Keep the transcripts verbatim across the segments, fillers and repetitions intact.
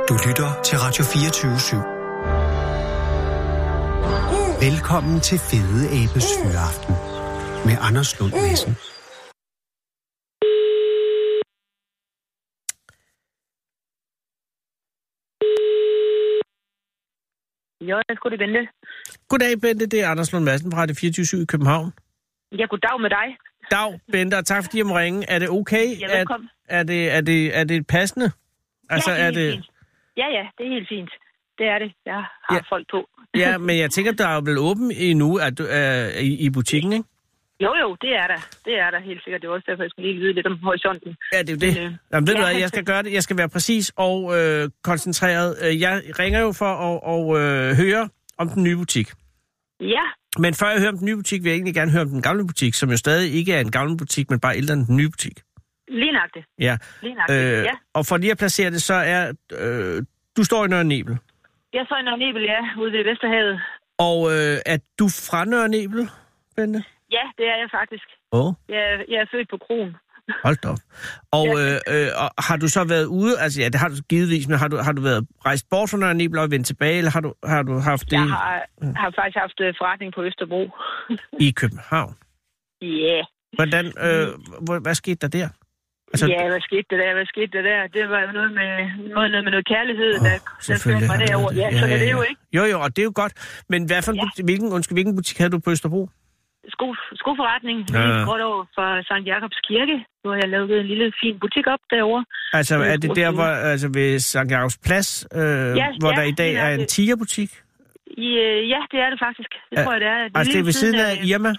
Du lytter til Radio fireogtyve syv. Velkommen til Fede Abes Fyraften med Anders Lund Madsen. Jo, jeg skulle det Bente. Goddag, Bente. Det er Anders Lund Madsen fra Radio fireogtyve syv i København. Ja, goddag med dig. Dag, Bente, og tak fordi jeg må ringe. Er det okay? Ja, velkommen. Er, er, det, er, det, er det passende? Altså, ja, det er, er det... Fint. Ja, ja, det er helt fint. Det er det. Jeg har ja. folk på. Ja, men jeg tænker, der er vel åben endnu at du, er, i, i butikken, ikke? Jo, jo, det er der. Det er der helt sikkert. Det er også derfor, jeg skal lige vide lidt om horisonten. Ja, det er jo det. Men, øh... Jamen, ved ja. du hvad, jeg skal gøre det. Jeg skal være præcis og øh, koncentreret. Jeg ringer jo for at og, øh, høre om den nye butik. Ja. Men før jeg hører om den nye butik, vil jeg egentlig gerne høre om den gamle butik, som jo stadig ikke er en gammel butik, men bare ældre end den nye butik. Lige nøjagtigt. Ja. Lige nøjagtigt, øh, ja. Og for lige at placere det, så er... Øh, du står i Nørre Nebel. Jeg står i Nørre Nebel, ja, ude ved Vesterhavet. Og øh, er du fra Nørre Nebel, Bente? Ja, det er jeg faktisk. Åh? Oh. Jeg, jeg er født på kroen. Hold da op. Og, ja. øh, øh, og har du så været ude, altså ja, det har du givetvis, men har du, har du været rejst bort fra Nørre Nebel og vendt tilbage, eller har du, har du haft det? Jeg har, har faktisk haft forretning på Østerbro. I København? Ja. Yeah. Hvordan, øh, hvad, hvad skete der der? Altså, ja, hvad skete der der? Hvad skete der der? Det var jo noget med noget med noget kærlighed, oh, der, der førte mig derover. Ja, ja, så ja, ja. Det er jo ikke. Jo, jo, og det er jo godt. Men hvad for en ja. butik, hvilken, undskyld, hvilken butik havde du på Østerbro? Sko, skoforretning, lige ja. Godt over fra Sankt Jakobs Kirke, hvor jeg lavede en lille fin butik op derovre. Altså, er det der, hvor, altså ved Sankt Jakobs Plads, øh, ja, hvor ja, der i dag er en tigerbutik? Ja, det er det faktisk. Det ja. tror jeg, det er. Det altså, det er ved siden af, af Irma?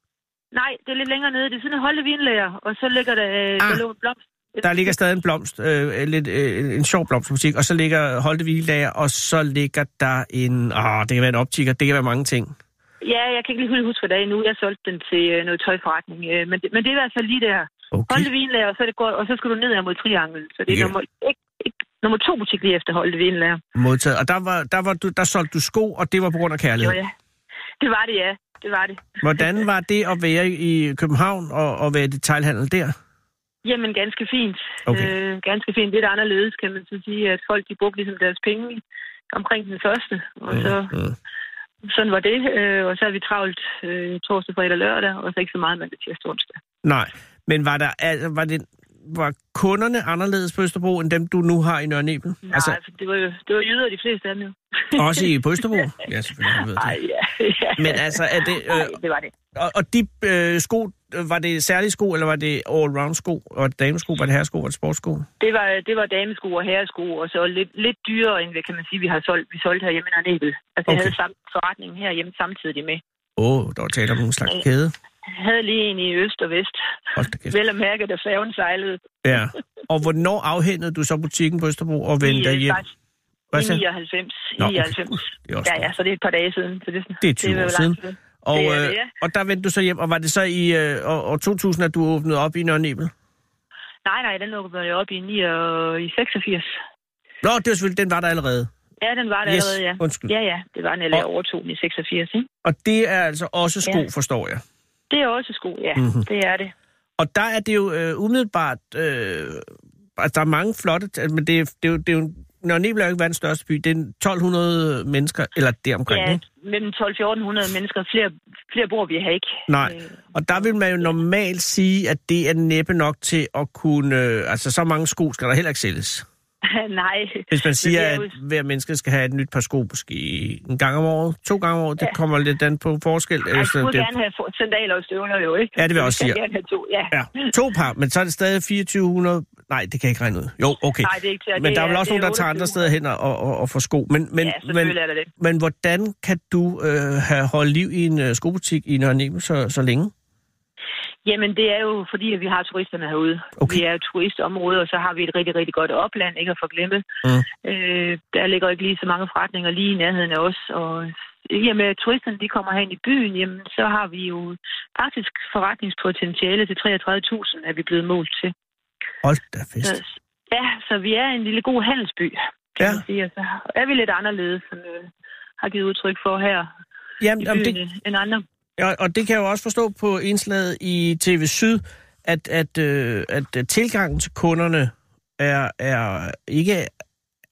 Nej, det er lidt længere nede. Det er sådan en Holte Vinlager, og så ligger der, ah, der lå en blomst. Der ligger stadig en blomst, øh, lidt, øh, en sjov blomstbutik, og så ligger Holte Vinlager, og så ligger der en, åh, det kan være en optiker, det kan være mange ting. Ja, jeg kan ikke lige huske, hvad det er nu. Jeg solgte den til øh, noget tøjforretning, øh, men, det, men det er i hvert fald lige der. Okay. Holte Vinlager, og så, er det godt, og så skal du ned mod Triangel, så det er yeah. nummer, ikke, ikke, nummer to butik lige efter Holte Vinlager. Modtaget, og der, var, der, var du, der solgte du sko, og det var på grund af kærlighed? Jo, ja. Det var det, ja. Det var det. Hvordan var det at være i København og, og være i detailhandel der? Jamen, ganske fint. Okay. Øh, ganske fint. Lidt anderledes, kan man så sige, at folk de brugte ligesom deres penge omkring den første. Og så, mm, mm. sådan var det. Øh, og så har vi travlt øh, torsdag, fredag og lørdag, og så ikke så meget mandag, tirsdag, onsdag. Nej, men var der altså, var det var kunderne anderledes på Østerbro, end dem, du nu har i Nørre Nebel? Nej, altså, det var jo det var jyder, de fleste af dem jo. Også i på Østerbro? Ja, selvfølgelig. Jeg ved det. Ej, ja, ja. Men altså, er det... Øh, Ej, det var det. Og, og de øh, sko, var det særlige sko, eller var det all-round sko? Var det damesko, var det herresko, var det sportsko? Det var, det var damesko og herresko, og så lidt, lidt dyrere, end hvad kan man sige, vi har solgt, vi solgte her hjemme i Nørre Nebel. Altså, okay. Jeg havde samt forretningen her hjemme samtidig med. Åh, oh, der var tale om en slags kæde. Jeg havde lige en i øst og vest. Vel at mærke, da færgen sejlede. Ja. Og hvornår afhændede du så butikken på Østerbro og vendte hjem? I nioghalvfems. Nå, nioghalvfems. Okay. Ja, ja, så det er et par dage siden. Så det, det er tyve det er år siden. siden. Og, det øh, det, ja. og der vendte du så hjem, og var det så i øh, år to tusind, at du åbnede op i Nørre Nebel? Nej, nej, den åbnede jeg op i, i seksogfirs. Nå, det var selvfølgelig, den var der allerede. Ja, den var der yes. allerede, ja. Undskyld. Ja, ja, det var den, jeg overtog den i seksogfirs, ikke? Og det er altså også sko, ja. Forstår jeg? Det er også sko, ja. Mm-hmm. Det er det. Og der er det jo øh, umiddelbart... Øh, altså, der er mange flotte... Men det er, det er jo... Det er jo Nørre Nebel er jo ikke verdens største by. Det er tolv hundrede mennesker, eller deromkring, ja, ikke? mellem tolv til fjorten hundrede mennesker. Flere, flere bor vi her ikke. Nej, og der vil man jo normalt sige, at det er næppe nok til at kunne... Øh, altså, så mange sko skal der heller ikke sælges. Nej. Hvis man siger, at hver menneske skal have et nyt par sko, måske en gang om året, to gange om året, ja. Det kommer lidt an på forskel. Jeg skulle det... gerne have sandaler og støvler jo, ikke? Ja, det vil jeg også sige. Jeg have to, ja. ja. To par, men så er det stadig fireogtyve hundrede... Nej, det kan jeg ikke regne ud. Jo, okay. Nej, det er ikke til, men der er vel er, også nogen, der tager andre steder hen og, og, og får sko. Men, men, ja, selvfølgelig men, er det det. Men hvordan kan du øh, have holdt liv i en uh, skobutik i Nørre Nebel så, så længe? Jamen, det er jo fordi, at vi har turisterne herude. Okay. Vi er jo turistområde, og så har vi et rigtig, rigtig godt opland, ikke at forglemme. Mm. Øh, der ligger ikke lige så mange forretninger lige i nærheden af os, og i og med, at turisterne de kommer hen i byen, jamen, så har vi jo faktisk forretningspotentiale til treogtredive tusind, er vi blevet målt til. Hold da fest. Så, ja, så vi er en lille god handelsby, kan ja. man sige. Og så er vi lidt anderledes, som vi har givet udtryk for her jamen, i byen det... end andre. Ja, og det kan jeg jo også forstå på indslaget i T V Syd, at, at, øh, at tilgangen til kunderne er, er ikke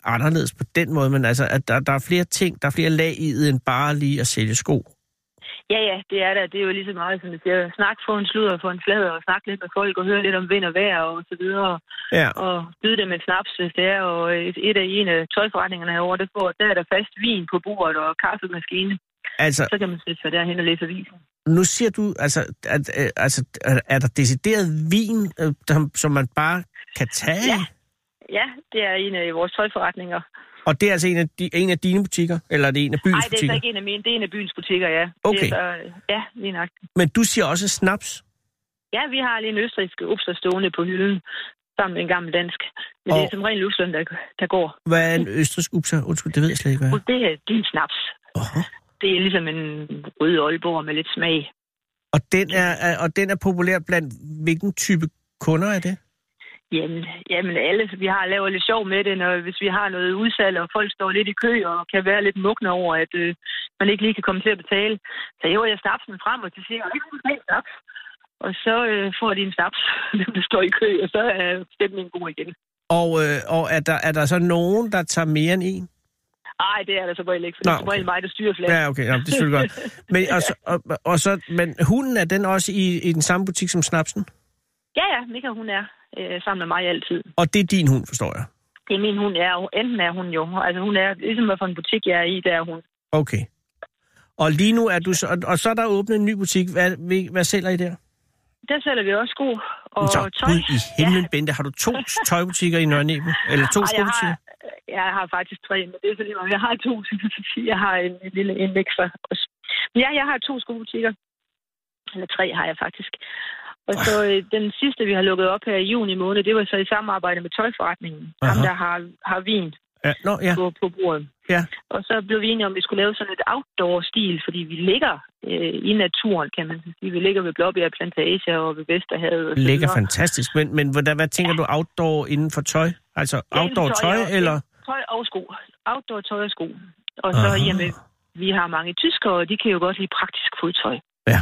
anderledes på den måde, men altså, at der, der er flere ting, der er flere lag i det, end bare lige at sælge sko. Ja, ja, det er der. Det er jo lige så meget, som det siger. Snak, få en sludder, få en flader, og snak lidt med folk, og høre lidt om vind og vejr, og så videre. Ja. Og byde dem en snaps, hvis det er. Og et, et af en af tøjforretningerne herovre, det får, der er der fast vin på bordet og kaffemaskine. Altså, så kan man sætte sig derhen og læse avisen. Nu siger du, altså, at, at, altså, er der decideret vin, som man bare kan tage? Ja, ja, det er en af vores tøjforretninger. Og det er altså en af, de, en af dine butikker? Eller er det en af byens butikker? Nej, det er butikker? ikke en af mine. Det er en af byens butikker, ja. Okay. Det er så, ja, lige nøjagtigt. Men du siger også snaps? Ja, vi har lige en østrigsk Upser stående på hylden, sammen med en gammel dansk. Men og... det er som ren Lusland, der, der går. Hvad er en østrigsk Upser? Undskyld, det ved jeg slet ikke, hvad er. Det er din snaps. Uh-huh. Det er ligesom en rød Aalborg med lidt smag. Og den er, og den er populær blandt hvilken type kunder er det? Jamen, jamen alle. Vi har lavet lidt sjov med det, når, hvis vi har noget udsalg, og folk står lidt i kø og kan være lidt mugne over, at øh, man ikke lige kan komme til at betale. Så hæver jeg snapsen frem, og de siger, at jeg ikke snaps. Og så øh, får de en snaps, der står i kø, og så er stemningen god igen. Og, øh, og er, der, er der så nogen, der tager mere end en? Nej, det er der så bare ikke, for det er okay. Mig, der styrer flere. Ja, okay, ja, det er selvfølgelig godt. Men, og så, og, og så, men hunden, er den også i, i den samme butik som snapsen? Ja, ja, Mika, hun er øh, sammen med mig altid. Og det er din hund, forstår jeg? Det er min hund, er. Enten er hun jo. Altså hun er, ligesom hvad for en butik jeg er i, der er hun. Okay. Og lige nu er du så, og, og så er der åbnet en ny butik. Hvad, hvad, hvad sælger I der? Der sælger vi også sko og så, tøj. Gud i himlen, ja. Bente, har du to tøjbutikker i Nørre Nebel? Eller to skobutikker? Jeg har faktisk tre, men det er så lige meget. Jeg har to, jeg har en, en lille en ekstra også. Men ja, jeg har to skobutikker. Eller tre har jeg faktisk. Og så øh, den sidste, vi har lukket op her i juni måned, det var så i samarbejde med tøjforretningen. Aha. Ham, der har, har vin ja. Nå, ja. på, på bordet. Ja. Og så blev vi enige om, at vi skulle lave sådan et outdoor-stil, fordi vi ligger øh, i naturen, kan man sige. Vi ligger ved Blåbjerg Plantage og ved Vesterhavet. Ligger fantastisk. Men, men hvad, hvad tænker ja. du outdoor inden for tøj? Altså ja, outdoor tøj, tøj eller? Tøj og sko. Outdoor tøj og sko. Og så i og med, vi har mange tyskere, og de kan jo godt lide praktisk fodtøj. Ja.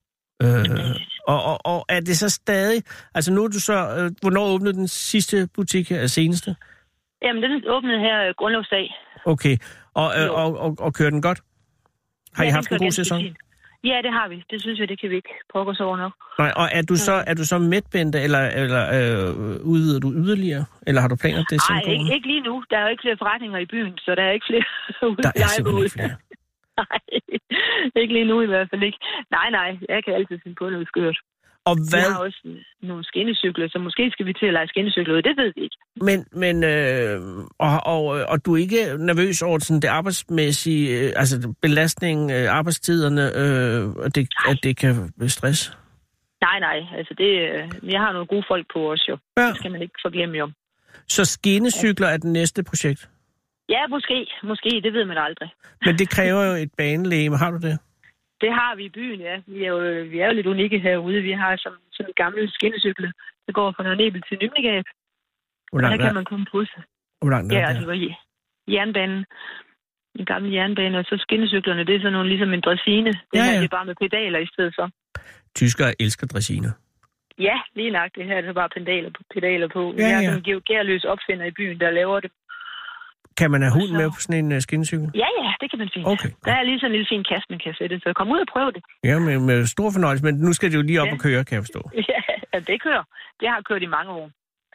Øh, og, og, og er det så stadig... Altså nu er du så... Øh, hvornår åbnede den sidste butik her, seneste? Jamen, den åbnede her grundlovsdag. Okay. Og, øh, og, og, og kører den godt? Har ja, I haft en god sæson? Fint. Ja, det har vi. Det synes jeg, det kan vi ikke pokke os over nok. Nej, og er du så, er du så mætbente, eller, eller øh, udvider du yderligere? Eller har du planer det? Nej, ikke, ikke lige nu. Der er jo ikke flere forretninger i byen, så der er ikke flere ude. Der er simpelthen ikke flere. Nej, ikke lige nu i hvert fald ikke. Nej, nej, jeg kan altid finde på noget skørt. Og hvad? Vi har også nogle skinnecykler, så måske skal vi til at lege skinnecykler ud. Det ved vi ikke. Men, men øh, og, og, og du er ikke nervøs over sådan det arbejdsmæssige, øh, altså belastning, øh, arbejdstiderne, øh, at, det, at det kan være stress? Nej, nej. Altså det, øh, jeg har nogle gode folk på os jo. Ja. Det skal man ikke forglemme om. Så skinnecykler ja. er det næste projekt? Ja, måske. Måske. Det ved man aldrig. Men det kræver jo et banelæge. Har du det? Det har vi i byen, ja. Vi er jo, vi er jo lidt unikke herude. Vi har som, som en gammel skinnecykle, der går fra Nørre Nebel til Nymnegab. Hvor langt der kan man komme på sig. Hvor langt er det? Ja, altså var jernbanen. En gammel jernbane, og så skinnecyklerne, det er sådan nogle ligesom en dressine. Det ja, ja. her det er bare med pedaler i stedet for. Tyskere elsker dressiner. Ja, lige nok. Det her er så bare pedaler på. Pedaler på. Ja, vi har ja. sådan en geogærløs opfinder i byen, der laver det. Kan man have hund så... med på sådan en uh, skinnecykel? Ja, ja, det kan man fint. Okay. Der er lige sådan en lille fin kasse, man kan sætte, så kom ud og prøv det. Ja, med, med stor fornøjelse, men nu skal det jo lige op ja. og køre, kan jeg forstå. Ja, det kører. Det har kørt i mange år.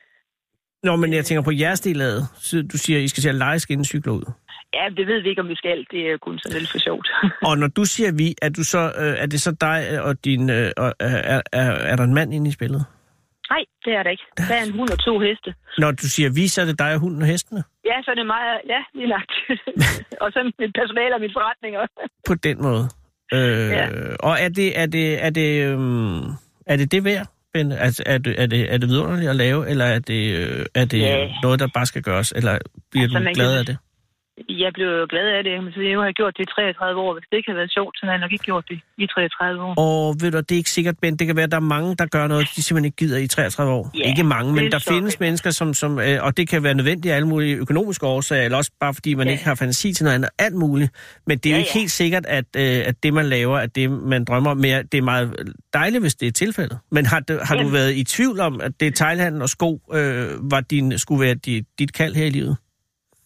Nå, men jeg tænker på jeres del af det. Du siger, at I skal til at lege skinnecykler ud. Ja, det ved vi ikke, om vi skal. Det er kun sådan lidt for sjovt. Og når du siger vi, er, du så, øh, er det så dig og din... Øh, er, er, er der en mand inde i spillet? Nej, det er der ikke. Der er en hund og to heste. Når du siger vi, så er det dig og hunden og hestene? Ja, så er det mig. Ja, lige lagt. Og så mit personale og mine forretninger. På den måde. Øh, ja. Og er det, er det, er det, øhm, er det det værd? Altså, er det, er det, er det vidunderligt at lave, eller er det, er det ja. noget, der bare skal gøres? Eller bliver altså, du glad af det? Jeg blev jo glad af det. Jeg har gjort det i treogtredive år. Hvis det ikke havde været sjovt, så havde jeg nok ikke gjort det i treogtredive år. Og ved du, det er ikke sikkert, men det kan være, at der er mange, der gør noget, de simpelthen ikke gider i treogtredive år. Ja, ikke mange, men der findes det. mennesker, som, som, og det kan være nødvendigt af alle mulige økonomiske årsager, eller også bare fordi man ja. ikke har fantasi til noget andet, alt muligt. Men det er ja, ikke ja. helt sikkert, at, at det, man laver, at det, man drømmer om, mere. Det er meget dejligt, hvis det er tilfældet. Men har, du, har ja. du været i tvivl om, at detailhandel og sko øh, var din, skulle være dit, dit kald her i livet?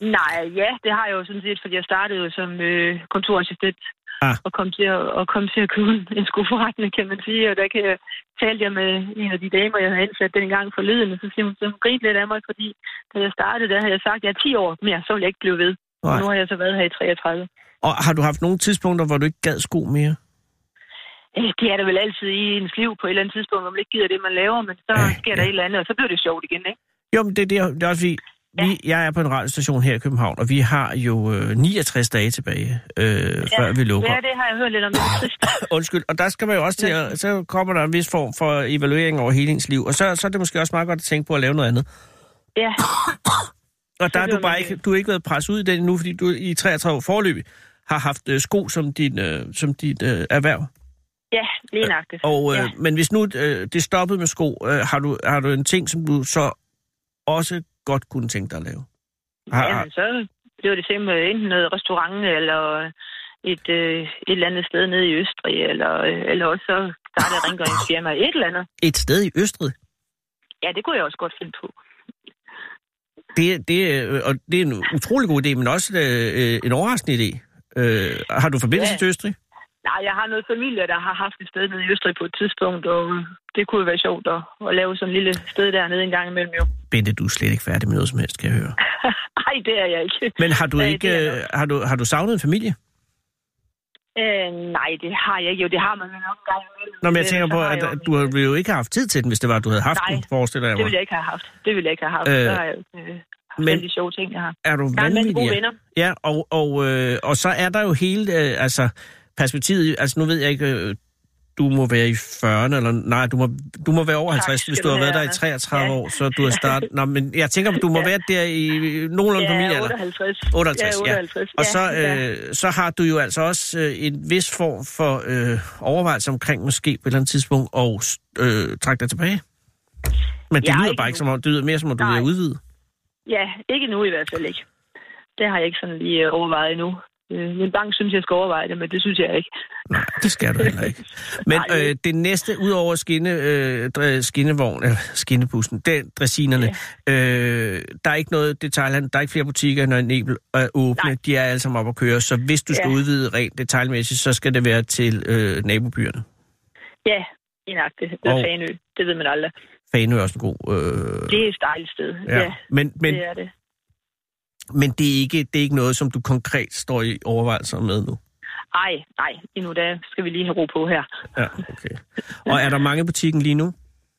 Nej, ja, det har jeg jo sådan set, fordi jeg startede jo som øh, kontorassistent. Ah. Og kom til at, og kom til at købe en skoforretning, kan man sige. Og der kan jeg tale jeg med en af de damer, jeg havde ansat dengang forleden, og så siger hun, så hun grinte lidt af mig, fordi da jeg startede, der havde jeg sagt, at jeg er ti år mere, så vil jeg ikke blive ved. Nej. Og nu har jeg så været her i treogtredive. Og har du haft nogle tidspunkter, hvor du ikke gad sko mere? Det er der vel altid i ens liv på et eller andet tidspunkt, hvor man ikke gider det, man laver, men så ja, sker der ja. et eller andet, og så bliver det sjovt igen, ikke? Jo, men det, det, er, det er også fordi, ja. vi, jeg er på en radiostation her i København, og vi har jo øh, niogtres dage tilbage, øh, ja. før vi lukker. Ja, det har jeg hørt lidt om. Undskyld, og der skal man jo også til, at, så kommer der en vis form for evaluering over hele ens liv, og så, så er det måske også meget godt at tænke på at lave noget andet. Ja. Og der er du bare ikke, du har ikke været presset ud i det endnu, fordi du i treogtredive år forløbig har haft øh, sko som dit, øh, som dit øh, erhverv. Ja, lige nøjagtigt. Og, øh, ja. Men hvis nu øh, det stoppede med sko, øh, har, du, har du en ting, som du så også godt kunne tænke dig at lave? Har, ja, men så bliver det simpelthen enten noget restaurant, eller et, øh, et eller andet sted nede i Østrig, eller, eller også så starter rengøringsfirma et eller andet. Et sted i Østrig? Ja, det kunne jeg også godt finde på. Det, det, og det er en utrolig god idé, men også øh, en overraskende idé. Øh, har du forbindelse ja. til Østrig? Nej, jeg har noget familie, der har haft et sted nede i Østrig på et tidspunkt, og det kunne være sjovt at, at lave sådan en lille sted dernede en gang imellem jo. Bente, du er slet ikke færdig med noget som helst, kan jeg høre. Nej, det er jeg ikke. Men har du ikke har du, har du savnet en familie? Øh, nej, det har jeg ikke. Jo, det har man jo nok en gang imellem. Nå, men jeg tænker på, at jo, du ville jo ikke have haft tid til den, hvis det var, at du havde haft nej, den, forestiller jeg mig. det ville jeg ikke have haft. Det ville jeg ikke have haft. Øh, så har jeg jo øh, men de sjove ting, jeg har. Er du vanvittig? Ja, og, og, øh, og så er der jo hele, øh, altså perspektivet, altså nu ved jeg ikke, øh, du må være i fyrrerne, eller nej, du må, du må være over halvtreds, tak, hvis du har været der i treogtredive ja. år, så du har startet. Nå, men jeg tænker, du må ja. være der i nogenlunde ja, familie, otteoghalvtreds. otteoghalvtreds, ja. otteoghalvtreds, ja. Og så, øh, så har du jo altså også øh, en vis form for øh, overvejelse omkring måske på et eller andet tidspunkt, og øh, trække dig tilbage. Men det ja, lyder bare ikke som om, det lyder mere som om, du vil udvide. Ja, ikke nu i hvert fald ikke. Det har jeg ikke sådan lige overvejet endnu. Min bank synes, jeg skal overveje det, men det synes jeg ikke. Nej, det skal du heller ikke. Men øh, det næste, ud over skinne, øh, skinnevogn, eller skinnebussen, det dressinerne, ja. øh, der er ikke noget detailhandel, der er ikke flere butikker, når en Nebel er åbne. Nej. De er alle sammen op at køre, så hvis du skal ja. udvide rent detailmæssigt, så skal det være til øh, nabobyerne. Ja, indagtigt. Det er Fanø. Det ved man aldrig. Fanø er også en god... Øh... Det er et dejligt sted, ja. ja men, men... det er det. Men det er, ikke, det er ikke noget, som du konkret står i overvejelser med nu? Nej, nej. Endnu da skal vi lige have ro på her. Ja, okay. Og er der mange i butikken lige nu?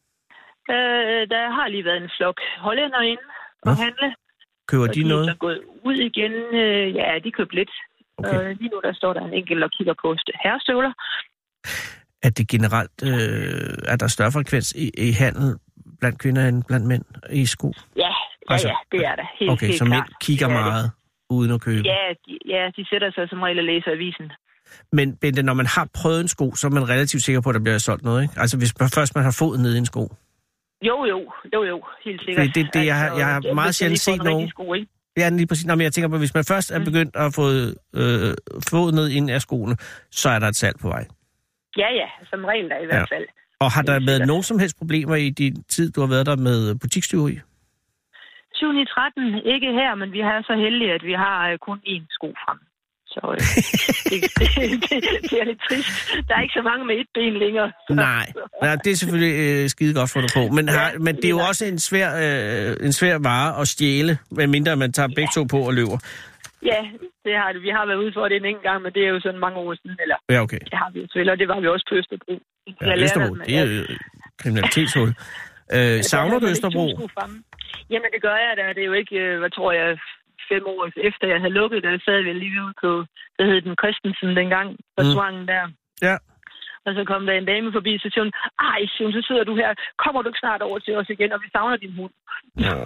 Øh, der har lige været en flok hollænder inde og handle. Køber de, de noget? De er gået ud igen. Ja, de købte lidt. Okay. Øh, lige nu der står der en enkelt og kigger på herrestøvler. Er det generelt, øh, er der større frekvens i, i handel blandt kvinder end blandt mænd i sko? Ja, ja, altså, ja, det er der. Helt, okay, helt så mænd klart. kigger meget uden at købe? Ja, de, ja, de sætter sig som regel og læser avisen. Men Bente, når man har prøvet en sko, så er man relativt sikker på, at der bliver solgt noget, ikke? Altså hvis man, først man har foden nede i en sko. Jo, jo, jo, jo, helt sikkert. Det, det, det, jeg, har, jeg har det, meget sjældent set nogen... Sko, ikke? Ja, lige præcis. Nå, men jeg tænker på, hvis man først er begyndt at få øh, foden ned ind af skoene, så er der et salg på vej. Ja, ja, som regel der i hvert fald. Og har der været nogen som helst problemer i din tid, du har været der med butikstyveri? tyve tretten, ikke her, men vi er så heldige, at vi har øh, kun én sko frem. Så øh, det, det, det, det er lidt trist. Der er ikke så mange med et ben længere. Så. Nej, ja, det er selvfølgelig øh, skide godt for dig på. Men, har, ja, men det er jo også en svær, øh, en svær vare at stjæle, medmindre man tager ja. begge to på og løber. Ja, det har det. Vi har været ude for det en enkelt gang, men det er jo sådan mange år siden. Eller, ja, okay. Det har vi jo selvfølgelig, og det var vi også på Østerbro. Ja, Østerbro, det er jo kriminalitetshul. Øh, savner du Østerbro? Jamen, det gør jeg da. Det er jo ikke, hvad tror jeg, fem år efter jeg havde lukket, der sad vi lige ude på, der hed den Christensen dengang, restauranten mm. der. Ja. Og så kom der en dame forbi, så siger hun, ej, siger hun, så sidder du her, kommer du ikke snart over til os igen, og vi savner din hund. Ja.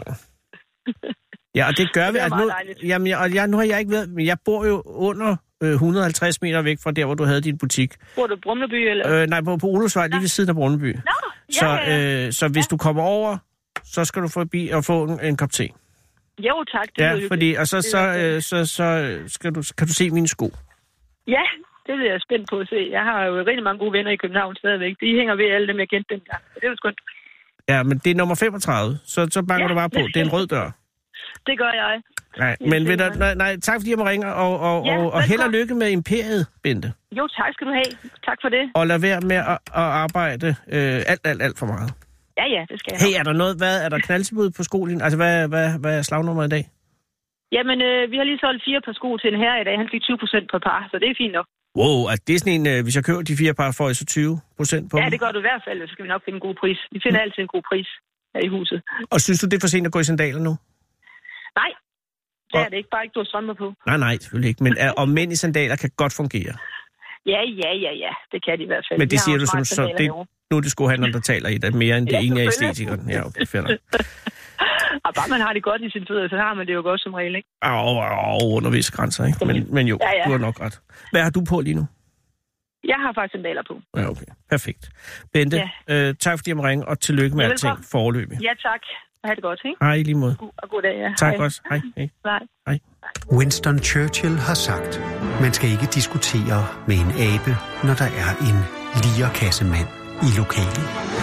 Ja, og det gør vi. Det altså, nu, jamen, jeg, og jeg, nu har jeg ikke været, men jeg bor jo under øh, et hundrede og halvtreds meter væk fra der, hvor du havde din butik. Bor du i Brumleby, eller? Øh, nej, på, på Olufsvej, lige ved siden af Brumleby. Nå, ja, så, ja. Øh, så hvis ja. du kommer over, så skal du forbi og få en, en kop te. Jo, tak. Det ja, fordi, og så, så, øh, så, så skal du, kan du se mine sko. Ja, det er jeg spændt på at se. Jeg har jo rigtig mange gode venner i København stadigvæk. De hænger ved alle dem, jeg kendte dengang. Det er jo skønt. Ja, men det er nummer femogtredive, så, så banker ja, du bare på. Det er en rød dør. Det gør jeg. Nej, men ved du, nej, nej, tak fordi jeg må ringe, og, og, ja, og, og held og lykke med imperiet, Bente. Jo, tak skal du have. Tak for det. Og lad være med at, at arbejde øh, alt, alt, alt for meget. Ja, ja, det skal jeg. Hey, er der noget, hvad, er der knaldtilbud på skolen? Altså, hvad, hvad, hvad er slagnummeret i dag? Jamen, øh, vi har lige solgt fire par sko til en herre i dag. Han fik tyve procent per par, så det er fint nok. Wow, er det sådan en, øh, hvis jeg køber de fire par, får jeg så tyve procent på Ja, dem? det gør du i hvert fald, så skal vi nok finde en god pris. Vi finder mm. altid en god pris her i huset. Og synes du, det er for sent at gå i sandaler nu? Nej, det er det ikke. Bare ikke du har strømper på. Nej, nej, selvfølgelig ikke. Men er, og mænd i sandaler kan godt fungere. Ja, ja, ja, ja. Det kan de i hvert fald. Men det siger du som så... Det, nu er det skohandleren, der taler i det, mere end det ja, ene af æstetikeren. Ja, okay, fair nok. Og bare man har det godt i sin fødder, så har man det jo godt som regel, ikke? Åh, oh, oh, under visse grænser, ikke? Men, men jo, ja, ja. Du har nok ret. Hvad har du på lige nu? Jeg har faktisk sandaler på. Ja, okay. Perfekt. Bente, ja. øh, tak fordi jeg må ringe, og tillykke med alting foreløbig. Ja, tak. Ha' det godt, ikke? Hej, i lige måde. God, og god dag, ja. Tak Hej. Også. Hej. Hej. Hej. Hej. Winston Churchill har sagt, man skal ikke diskutere med en abe, når der er en lierkassemand i lokalet.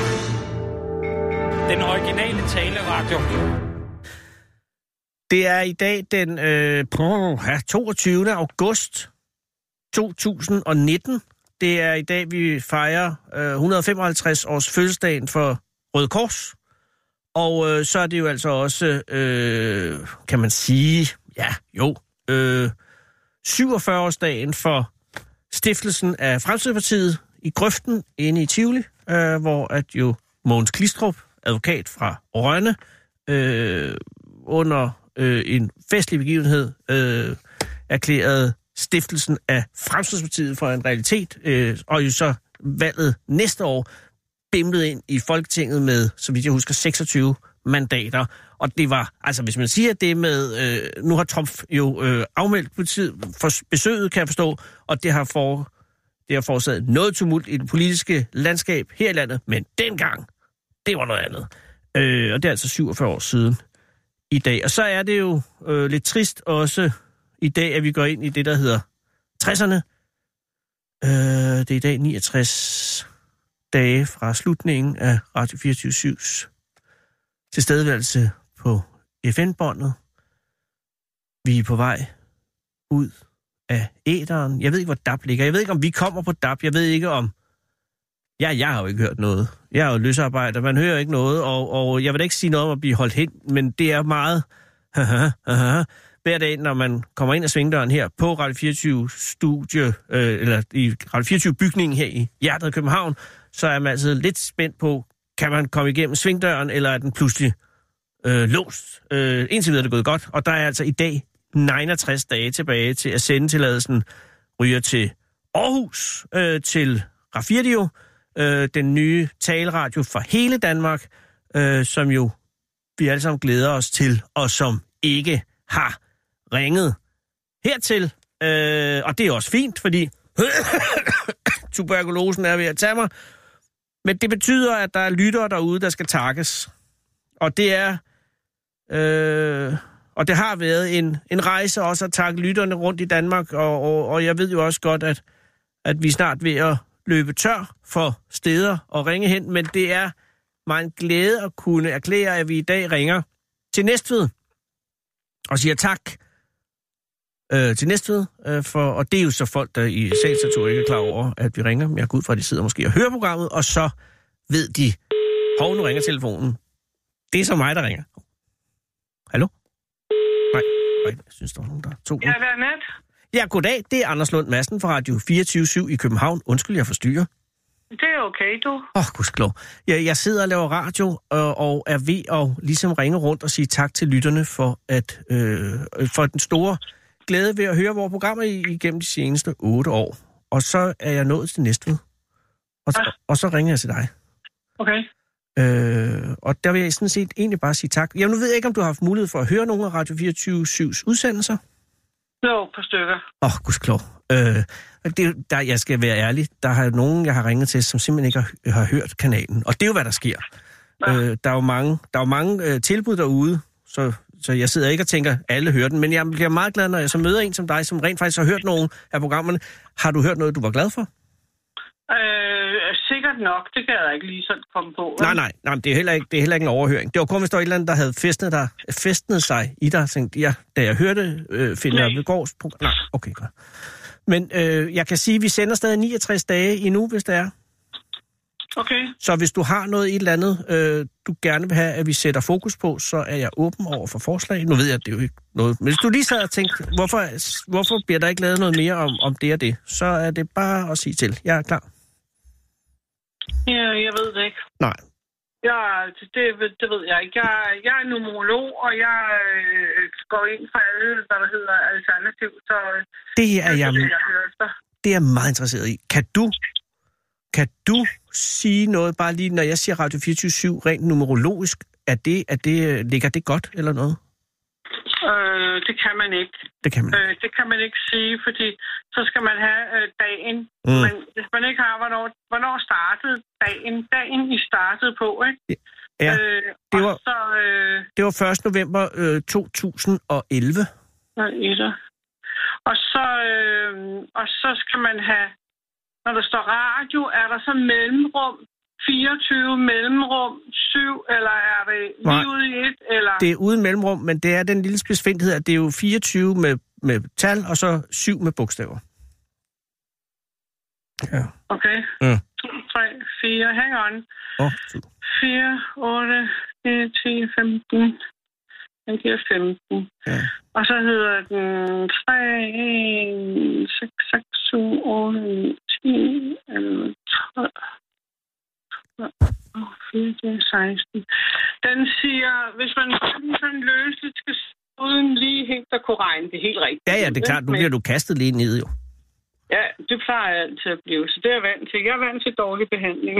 Den originale taleradio. Det er i dag den øh, toogtyvende august to tusind og nitten. Det er i dag, vi fejrer øh, et hundrede og femoghalvtreds års fødselsdagen for Røde Kors. Og øh, så er det jo altså også, øh, kan man sige, ja, jo, øh, syvogfyrre-årsdagen for stiftelsen af Fremskridtspartiet i Grøften inde i Tivoli, øh, hvor at jo Mogens Glistrup, advokat fra Rønne, øh, under øh, en festlig begivenhed øh, erklærede stiftelsen af Fremskridtspartiet for en realitet, øh, og jo så valget næste år bimlede ind i Folketinget med, så vidt jeg husker, seksogtyve mandater. Og det var, altså hvis man siger det med, øh, nu har Trump jo øh, afmeldt politiet for besøget, kan jeg forstå, og det har, for, det har forårsaget noget tumult i det politiske landskab her i landet, men dengang, det var noget andet. Øh, og det er altså syvogfyrre år siden i dag. Og så er det jo øh, lidt trist også i dag, at vi går ind i det, der hedder tresserne. Øh, det er i dag niogtres dage fra slutningen af Radio fireogtyve syvs tilstedeværelse på F M-båndet. Vi er på vej ud af æteren. Jeg ved ikke, hvor D A B ligger. Jeg ved ikke, om vi kommer på D A B. Jeg ved ikke, om... Ja, jeg har jo ikke hørt noget. Jeg er jo løsarbejder. Man hører ikke noget, og, og jeg vil ikke sige noget om at blive holdt hen, men det er meget... Hver dag, når man kommer ind ad svingdøren her på Radio fireogtyve studie, øh, eller i Radio fireogtyve bygningen her i hjertet af København, så er man altid lidt spændt på, kan man komme igennem svingdøren, eller er den pludselig øh, låst? Øh, indtil videre er det gået godt, og der er altså i dag niogtres dage tilbage til at sendetilladelsen ryger til Aarhus, øh, til Radio, øh, den nye taleradio for hele Danmark, øh, som jo vi alle sammen glæder os til, og som ikke har ringet hertil. Øh, og det er også fint, fordi tuberkulosen er ved at tage mig. Men det betyder, at der er lyttere derude, der skal takkes. Og det er... Øh, og det har været en, en rejse også at takke lytterne rundt i Danmark. Og, og, og jeg ved jo også godt, at, at vi snart ved at løbe tør for steder og ringe hen. Men det er mig en glæde at kunne erklære, at vi i dag ringer til Næstved og siger tak øh, til Næstved. Øh, for, og det er jo så folk, der i sagsnatur ikke er klar over, at vi ringer. Jeg går ud fra, at de sidder måske og hører programmet, og så ved de, hov, nu ringer telefonen. Det er så mig, der ringer. Hallo? Nej, nej, jeg synes, der var nogen, der tog den. Ja, hvad er med? Ja, goddag. Det er Anders Lund Madsen fra Radio fireogtyve syv i København. Undskyld, jeg forstyrrer. Det er okay, du. Åh, oh, gudskelov. Jeg, jeg sidder og laver radio, og, og er ved at ligesom ringe rundt og sige tak til lytterne for, at, øh, for den store glæde ved at høre vores programmer igennem de seneste otte år. Og så er jeg nået til Næstved. Og, ja. og så ringer jeg til dig. Okay. Øh, og der vil jeg sådan set egentlig bare sige tak. Jeg nu ved jeg ikke, om du har haft mulighed for at høre nogle af Radio fireogtyve syvs udsendelser? Jo, på stykker. Åh, oh, gudskelov. Øh, det, der, jeg skal være ærlig, der har nogen, jeg har ringet til, som simpelthen ikke har, har hørt kanalen. Og det er jo, hvad der sker. Ja. Øh, der er jo mange, der er jo mange øh, tilbud derude, så, så jeg sidder ikke og tænker, at alle hører den. Men jeg bliver meget glad, når jeg så møder en som dig, som rent faktisk har hørt nogle af programmerne. Har du hørt noget, du var glad for? Øh, sikkert nok. Det kan jeg ikke lige sådan komme på. Nej, nej, nej, det er heller ikke, det er heller ikke en overhøring. Det var kun, hvis der var et eller andet, der havde festnet, dig, festnet sig i dig. Tænkte, ja, da jeg hørte øh, Finder Vedgaards program. Nej, okay, godt. Men øh, jeg kan sige, at vi sender stadig niogtres dage endnu, hvis det er. Okay. Så hvis du har noget et eller andet, øh, du gerne vil have, at vi sætter fokus på, så er jeg åben over for forslag. Nu ved jeg, at det er jo ikke noget. Men hvis du lige sad og tænkte, hvorfor, hvorfor bliver der ikke lavet noget mere om, om det og det, så er det bare at sige til. Jeg er klar. Ja, jeg ved det ikke. Nej. Ja, det, det ved jeg ikke. Jeg, jeg er numerolog, og jeg øh, går ind for alle, hvad der hedder alternativ. Så det er jeg, det, jeg det er jeg meget interesseret i. Kan du, kan du sige noget, bare lige når jeg siger Radio fireogtyve syv rent numerologisk, er det, er det, ligger det godt eller noget? Øh, det kan man ikke. Det kan man ikke. Øh, det kan man ikke sige, fordi så skal man have øh, dagen. Mm. Men hvis man ikke har, hvornår, hvornår startede dagen? Dagen, I startede på, ikke? Ja, øh, det, var, så, øh, det var første november øh, to tusind og elleve. Og så, øh, og så skal man have, når der står radio, er der så mellemrum, fireogtyve mellemrum, syv, eller er det lige ude i et? Eller? Det er uden mellemrum, men det er den lille spidsfindighed, at det er jo fireogtyve med, med tal, og så syv med bogstaver. Ja. Okay. Ja. to, tre, fire, hang on. Oh, fire, otte, ni, ti, femten. Den giver femten. Ja. Og så hedder den tre, en, seks, seks, syv, otte, ni, ti, elleve, tolv. fire, seksten. Den siger, hvis man sådan løsligt skal uden lige helt at kunne regne, det er helt rigtigt. Ja, ja, det er klart. Nu bliver du kastet lige ned, jo. Ja, det plejer jeg altid at blive, så det er jeg vant til. Jeg er vant til dårlig behandling.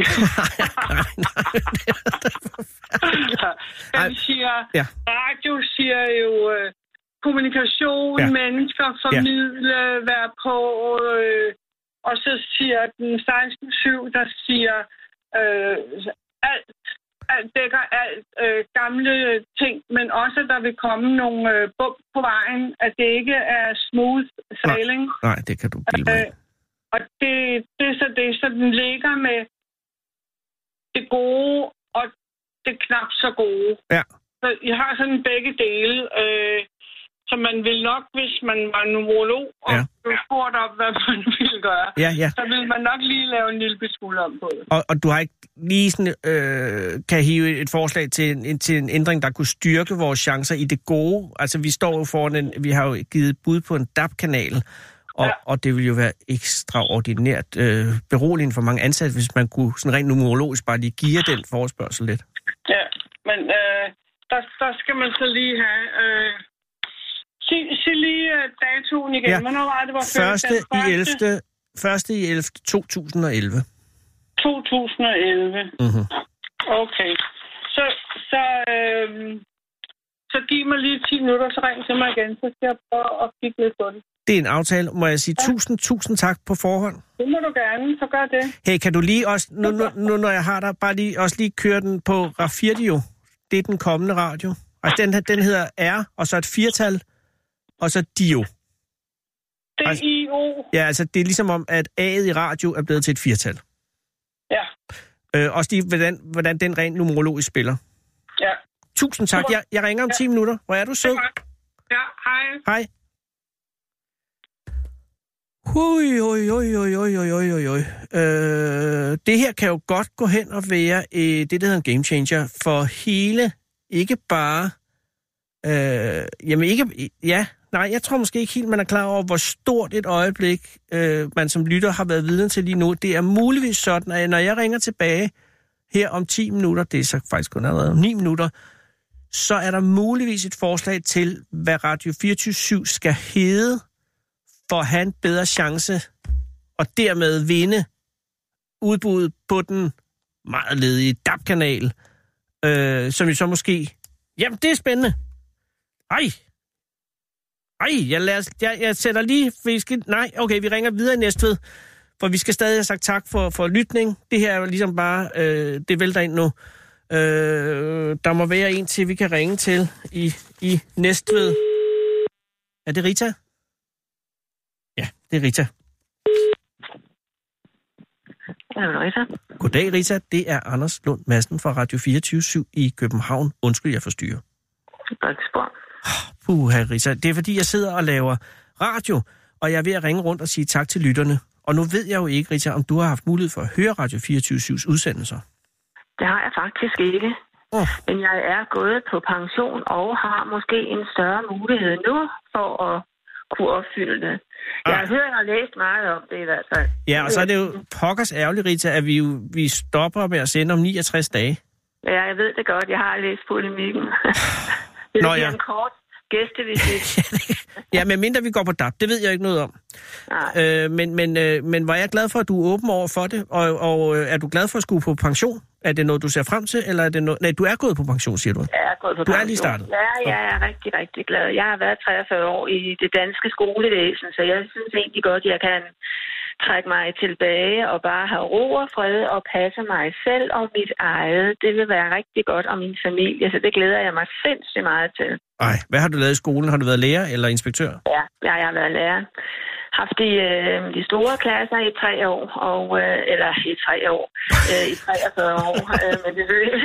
Den siger, ja. Radio siger jo uh, kommunikation, ja. Mennesker, formidle, ja. Være på, uh, og så siger den seksten syv, der siger uh, alt, alt dækker alt øh, gamle ting, men også, at der vil komme nogle øh, bump på vejen, at det ikke er smooth sailing. Nej, nej det kan du bilde mig. Øh, og det, det er så det, så den ligger med det gode og det knap så gode. Ja. Så jeg har sådan begge dele, øh, så man vil nok, hvis man var numerolog, og ja. Du spurgte op, hvad man ville gøre, ja, ja. så vil man nok lige lave en lille smule om på det. Og, og du har ikke lige sådan, øh, kan hive et forslag til en, til en ændring, der kunne styrke vores chancer i det gode? Altså, vi står jo foran en, vi har jo givet bud på en D A B-kanal, og, ja. Og det vil jo være ekstraordinært øh, beroligende for mange ansatte, hvis man kunne sådan rent numerologisk bare lige give den forespørgsel lidt. Ja, men øh, der, der skal man så lige have... Øh Sig, sig lige uh, datoen igen. Ja. Hvornår var det, var første i ellevte første i ellevte to tusind og elleve. to tusind og elleve. Mhm. Okay. Så så øh, så giv mig lige ti minutter, så ring til mig igen, så skal jeg prøve at kigge lidt på det. Det er en aftale. Må jeg sige ja. tusind, tusind tak på forhånd? Det må du gerne, så gør det. Hey, kan du lige også, nu, nu, nu når jeg har dig, bare lige, også lige køre den på Radio. Det er den kommende radio. Altså, den, den hedder R, og så et firtal. Og så Dio. D I O. Ja, altså det er ligesom om, at A'et i radio er blevet til et firtal. Ja. Øh, også lige, hvordan, hvordan den rent numerologisk spiller. Ja. Tusind tak. Jeg, jeg ringer om ja. ti minutter. Hvor er du sød? Ja, hej. Hej. Hui, ui, ui, ui, ui, ui, ui, ui. Øh, det her kan jo godt gå hen og være øh, det, der hedder en game changer for hele, ikke bare... Øh, jamen ikke, ja, nej, jeg tror måske ikke helt, man er klar over, hvor stort et øjeblik, øh, man som lytter har været vidne til lige nu. Det er muligvis sådan, at når jeg ringer tilbage her om ti minutter, det er så faktisk kun allerede om ni minutter, så er der muligvis et forslag til, hvad Radio fireogtyve syv skal hedde, for at have en bedre chance, og dermed vinde udbuddet på den meget ledige D A B-kanal, øh, som jo så måske... Jamen, det er spændende. Ej. Ej, jeg, lader, jeg, jeg sætter lige... Vi skal, nej, okay, vi ringer videre i Næstved, for vi skal stadig have sagt tak for, for lytning. Det her er ligesom bare... Øh, det vælter ind nu. Øh, der må være en til, vi kan ringe til i, i Næstved. Er det Rita? Ja, det er Rita. Jamen, Rita. Goddag, Rita. Det er Anders Lund Madsen fra Radio fireogtyve syv i København. Undskyld, jeg forstyrrer. Godt spor. Puha, Rita. Det er fordi, jeg sidder og laver radio, og jeg er ved at ringe rundt og sige tak til lytterne. Og nu ved jeg jo ikke, Rita, om du har haft mulighed for at høre Radio fireogtyve syvs udsendelser. Det har jeg faktisk ikke. Oh. Men jeg er gået på pension og har måske en større mulighed nu for at kunne opfylde det. Jeg har ah. hørt og læst meget om det i hvert fald. Ja, og så er det jo pokkers ærgerligt, Rita, at vi, jo, vi stopper med at sende om niogtres dage. Ja, jeg ved det godt. Jeg har læst polemikken. Det Nå, bliver ja. en kort gæstevisit. Ja, men mindre vi går på D A B, det ved jeg ikke noget om. Øh, men, men, øh, men var jeg glad for, at du er åben over for det? Og, og øh, er du glad for at skulle på pension? Er det noget, du ser frem til? Eller er det noget... Nej, du er gået på pension, siger du? Jeg er gået på du pension. Du er lige startet? Ja, jeg er rigtig, rigtig glad. Jeg har været treogfyrre år i det danske skolevæsen, så jeg synes egentlig godt, jeg kan trække mig tilbage og bare have ro og fred og passe mig selv og mit eget. Det vil være rigtig godt om min familie, så det glæder jeg mig sindssygt meget til. Ej, hvad har du lavet i skolen? Har du været lærer eller inspektør? Ja, jeg har været lærer. Haft de, øh, de store klasser i tre år, og, øh, eller i tre år, øh, i treogfyrre år, øh, men det ved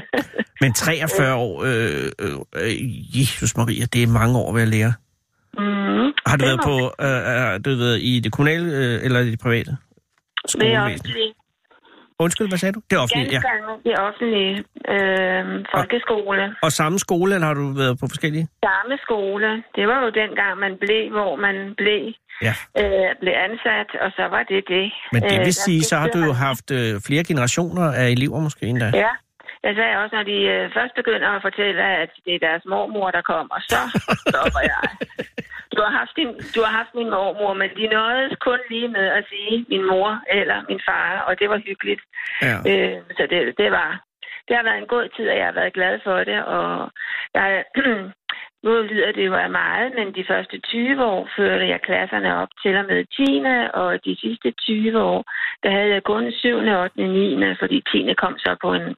Men treogfyrre år, øh, øh, Jesus Maria, det er mange år at være lærer. Mm, har du været på, øh, har du været i det kommunale øh, eller i det private? Det er offentligt. Undskyld, hvad sagde du? Det er offentligt, ja. Det er offentligt øh, folkeskole. Og, og samme skole, eller har du været på forskellige? Samme skole. Det var jo dengang, man blev, hvor man blev, ja. øh, blev ansat, og så var det det. Men det vil øh, sige, så har du jo haft øh, flere generationer af elever måske endda. Ja. Jeg sagde også, når de øh, først begynder at fortælle, at det er deres mormor, der kommer, så stopper jeg. Du har haft din, du har haft min mormor, men de nåede kun lige med at sige min mor eller min far, og det var hyggeligt. Ja. Øh, så det, det var, det har været en god tid, og jeg har været glad for det, og jeg, nu lyder det jo af meget, men de første tyve år førte jeg klasserne op til og med tiende og de sidste tyve år, der havde jeg kun syvende, ottende, niende, fordi tiende kom så på en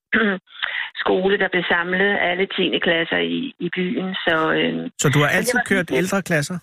skole, der blev samlet alle tiende klasser i, i byen. Så, øh, så du har altid kørt ældre klasser?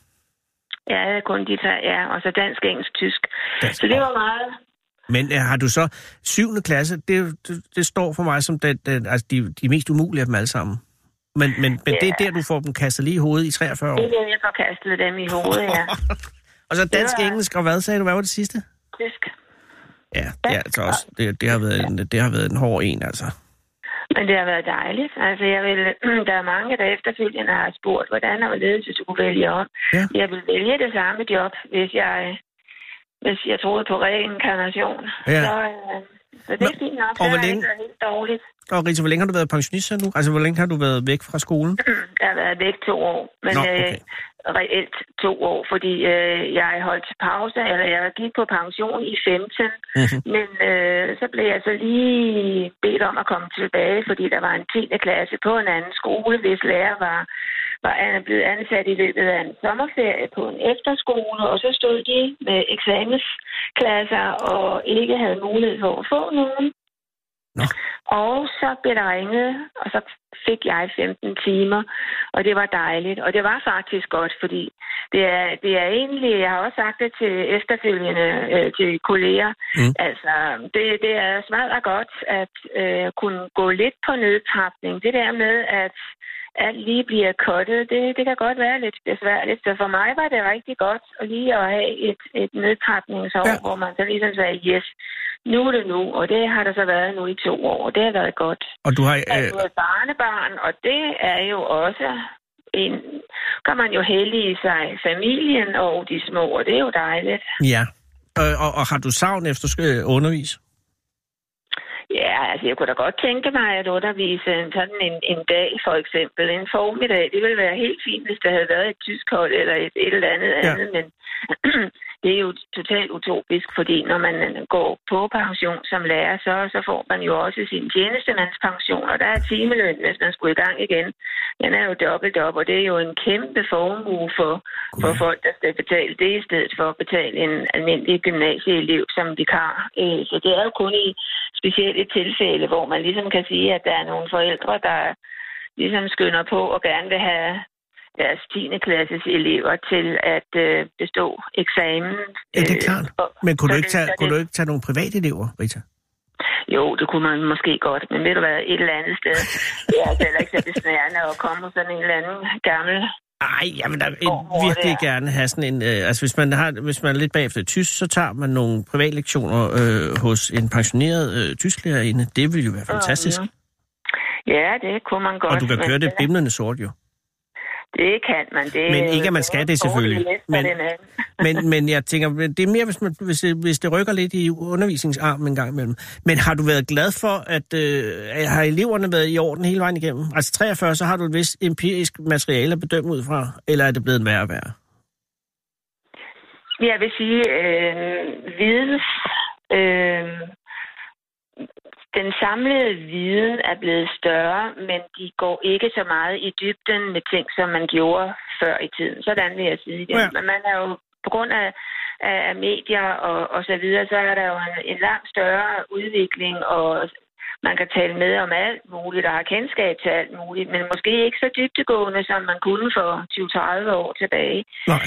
Ja, kun de tre, ja, og så dansk, engelsk, tysk. Dansk. Så det var meget... Men uh, har du så syvende klasse, det, det, det står for mig som det, det, altså de, de mest umulige af dem alle sammen. Men, men, men ja. Det er der, du får dem kastet lige i hovedet i treogfyrre år? Det er der, jeg får kastet dem i hovedet, ja. Og så dansk, var... engelsk, og hvad sagde du? Hvad var det sidste? Tysk. Ja, det, er altså også, det, det, har været en, det har været en hård en, altså. Men det har været dejligt. Altså, jeg vil, der er mange, der efterfølgende har spurgt, hvordan og hvorledes, hvis du kunne vælge om. Ja. Jeg vil vælge det samme job, hvis jeg, hvis jeg troede på reinkarnation. Ja. Så, så det er fint nok. Og det hvor længe... er helt dårligt. Og Rita, hvor længe har du været pensionist nu? Altså, hvor længe har du været væk fra skolen? Jeg har været væk to år, men Nå, okay. øh, reelt to år, fordi øh, jeg holdt pause, eller jeg gik på pension i femten, mm-hmm. men øh, så blev jeg så lige bedt om at komme tilbage, fordi der var en tiende klasse på en anden skole, hvis lærer var, var blevet ansat i løbet af en sommerferie på en efterskole, og så stod de med eksamensklasser og ikke havde mulighed for at få nogen. Nå. Og så blev der ringet, og så fik jeg femten timer, og det var dejligt. Og det var faktisk godt, fordi det er, det er egentlig, jeg har også sagt det til efterfølgende øh, til kolleger, mm. altså det, det er smadret godt at øh, kunne gå lidt på nedtrapning. Det der med, at alt lige bliver cuttet, det, det kan godt være lidt besværligt. Så for mig var det rigtig godt at lige at have et, et nedtrapningsår, ja. Hvor man så ligesom sagde, yes, nu er det nu, og det har der så været nu i to år, og det har været godt. Og du har øh... du er barnebarn, og det er jo også en, kan man jo hellige sig familien og de små, og det er jo dejligt. Ja, og, og, og har du savn efter at undervise? Ja, altså jeg kunne da godt tænke mig at undervise sådan en, en dag, for eksempel. En formiddag, det ville være helt fint, hvis der havde været et tysk hold eller et, et eller andet ja. andet, men det er jo totalt utopisk, fordi når man går på pension som lærer, så, så får man jo også sin tjenestemandspension, og der er timeløn, hvis man skulle i gang igen. Den er jo dobbelt op, og det er jo en kæmpe formue for, for folk, der skal betale det, i stedet for at betale en almindelig gymnasieelev som vikar. Så det er jo kun i specielle tilfælde, hvor man ligesom kan sige, at der er nogle forældre, der ligesom skynder på og gerne vil have deres tiende klasses elever til at øh, bestå eksamen. Ja, det er klart. Øh, Men kunne, du ikke, tage, det, kunne det... du ikke tage nogle private elever, Rita? Jo, det kunne man måske godt, men ved du hvad, et eller andet sted. Det er altså heller ikke så besnærende at komme på sådan en eller anden gammel... Ej, jeg vil da virkelig gerne have sådan en... Øh, altså, hvis man, har, hvis man er lidt bagefter i tysk, så tager man nogle privatlektioner øh, hos en pensioneret øh, tysklærerinde. Det ville jo være fantastisk. Mm. Ja, det kunne man godt. Og du kan køre det bimlende sort, jo. Det kan man. Det, men ikke, at man skal det, selvfølgelig. Men, men, men jeg tænker, det er mere, hvis, man, hvis, det, hvis det rykker lidt i undervisningsarmen en gang imellem. Men har du været glad for, at øh, har eleverne været i orden hele vejen igennem? Altså treogfyrre, så har du et vist empirisk materiale at bedømme ud fra, eller er det blevet værre og værre? Jeg vil sige, øh, videns... Øh, Den samlede viden er blevet større, men de går ikke så meget i dybden med ting, som man gjorde før i tiden. Sådan vil jeg sige det. Ja. Men man er jo på grund af, af medier og, og så videre, så er der jo en, en langt større udvikling, og man kan tale med om alt muligt, der har kendskab til alt muligt, men måske ikke så dybdegående, som man kunne for tyve til tredive år tilbage.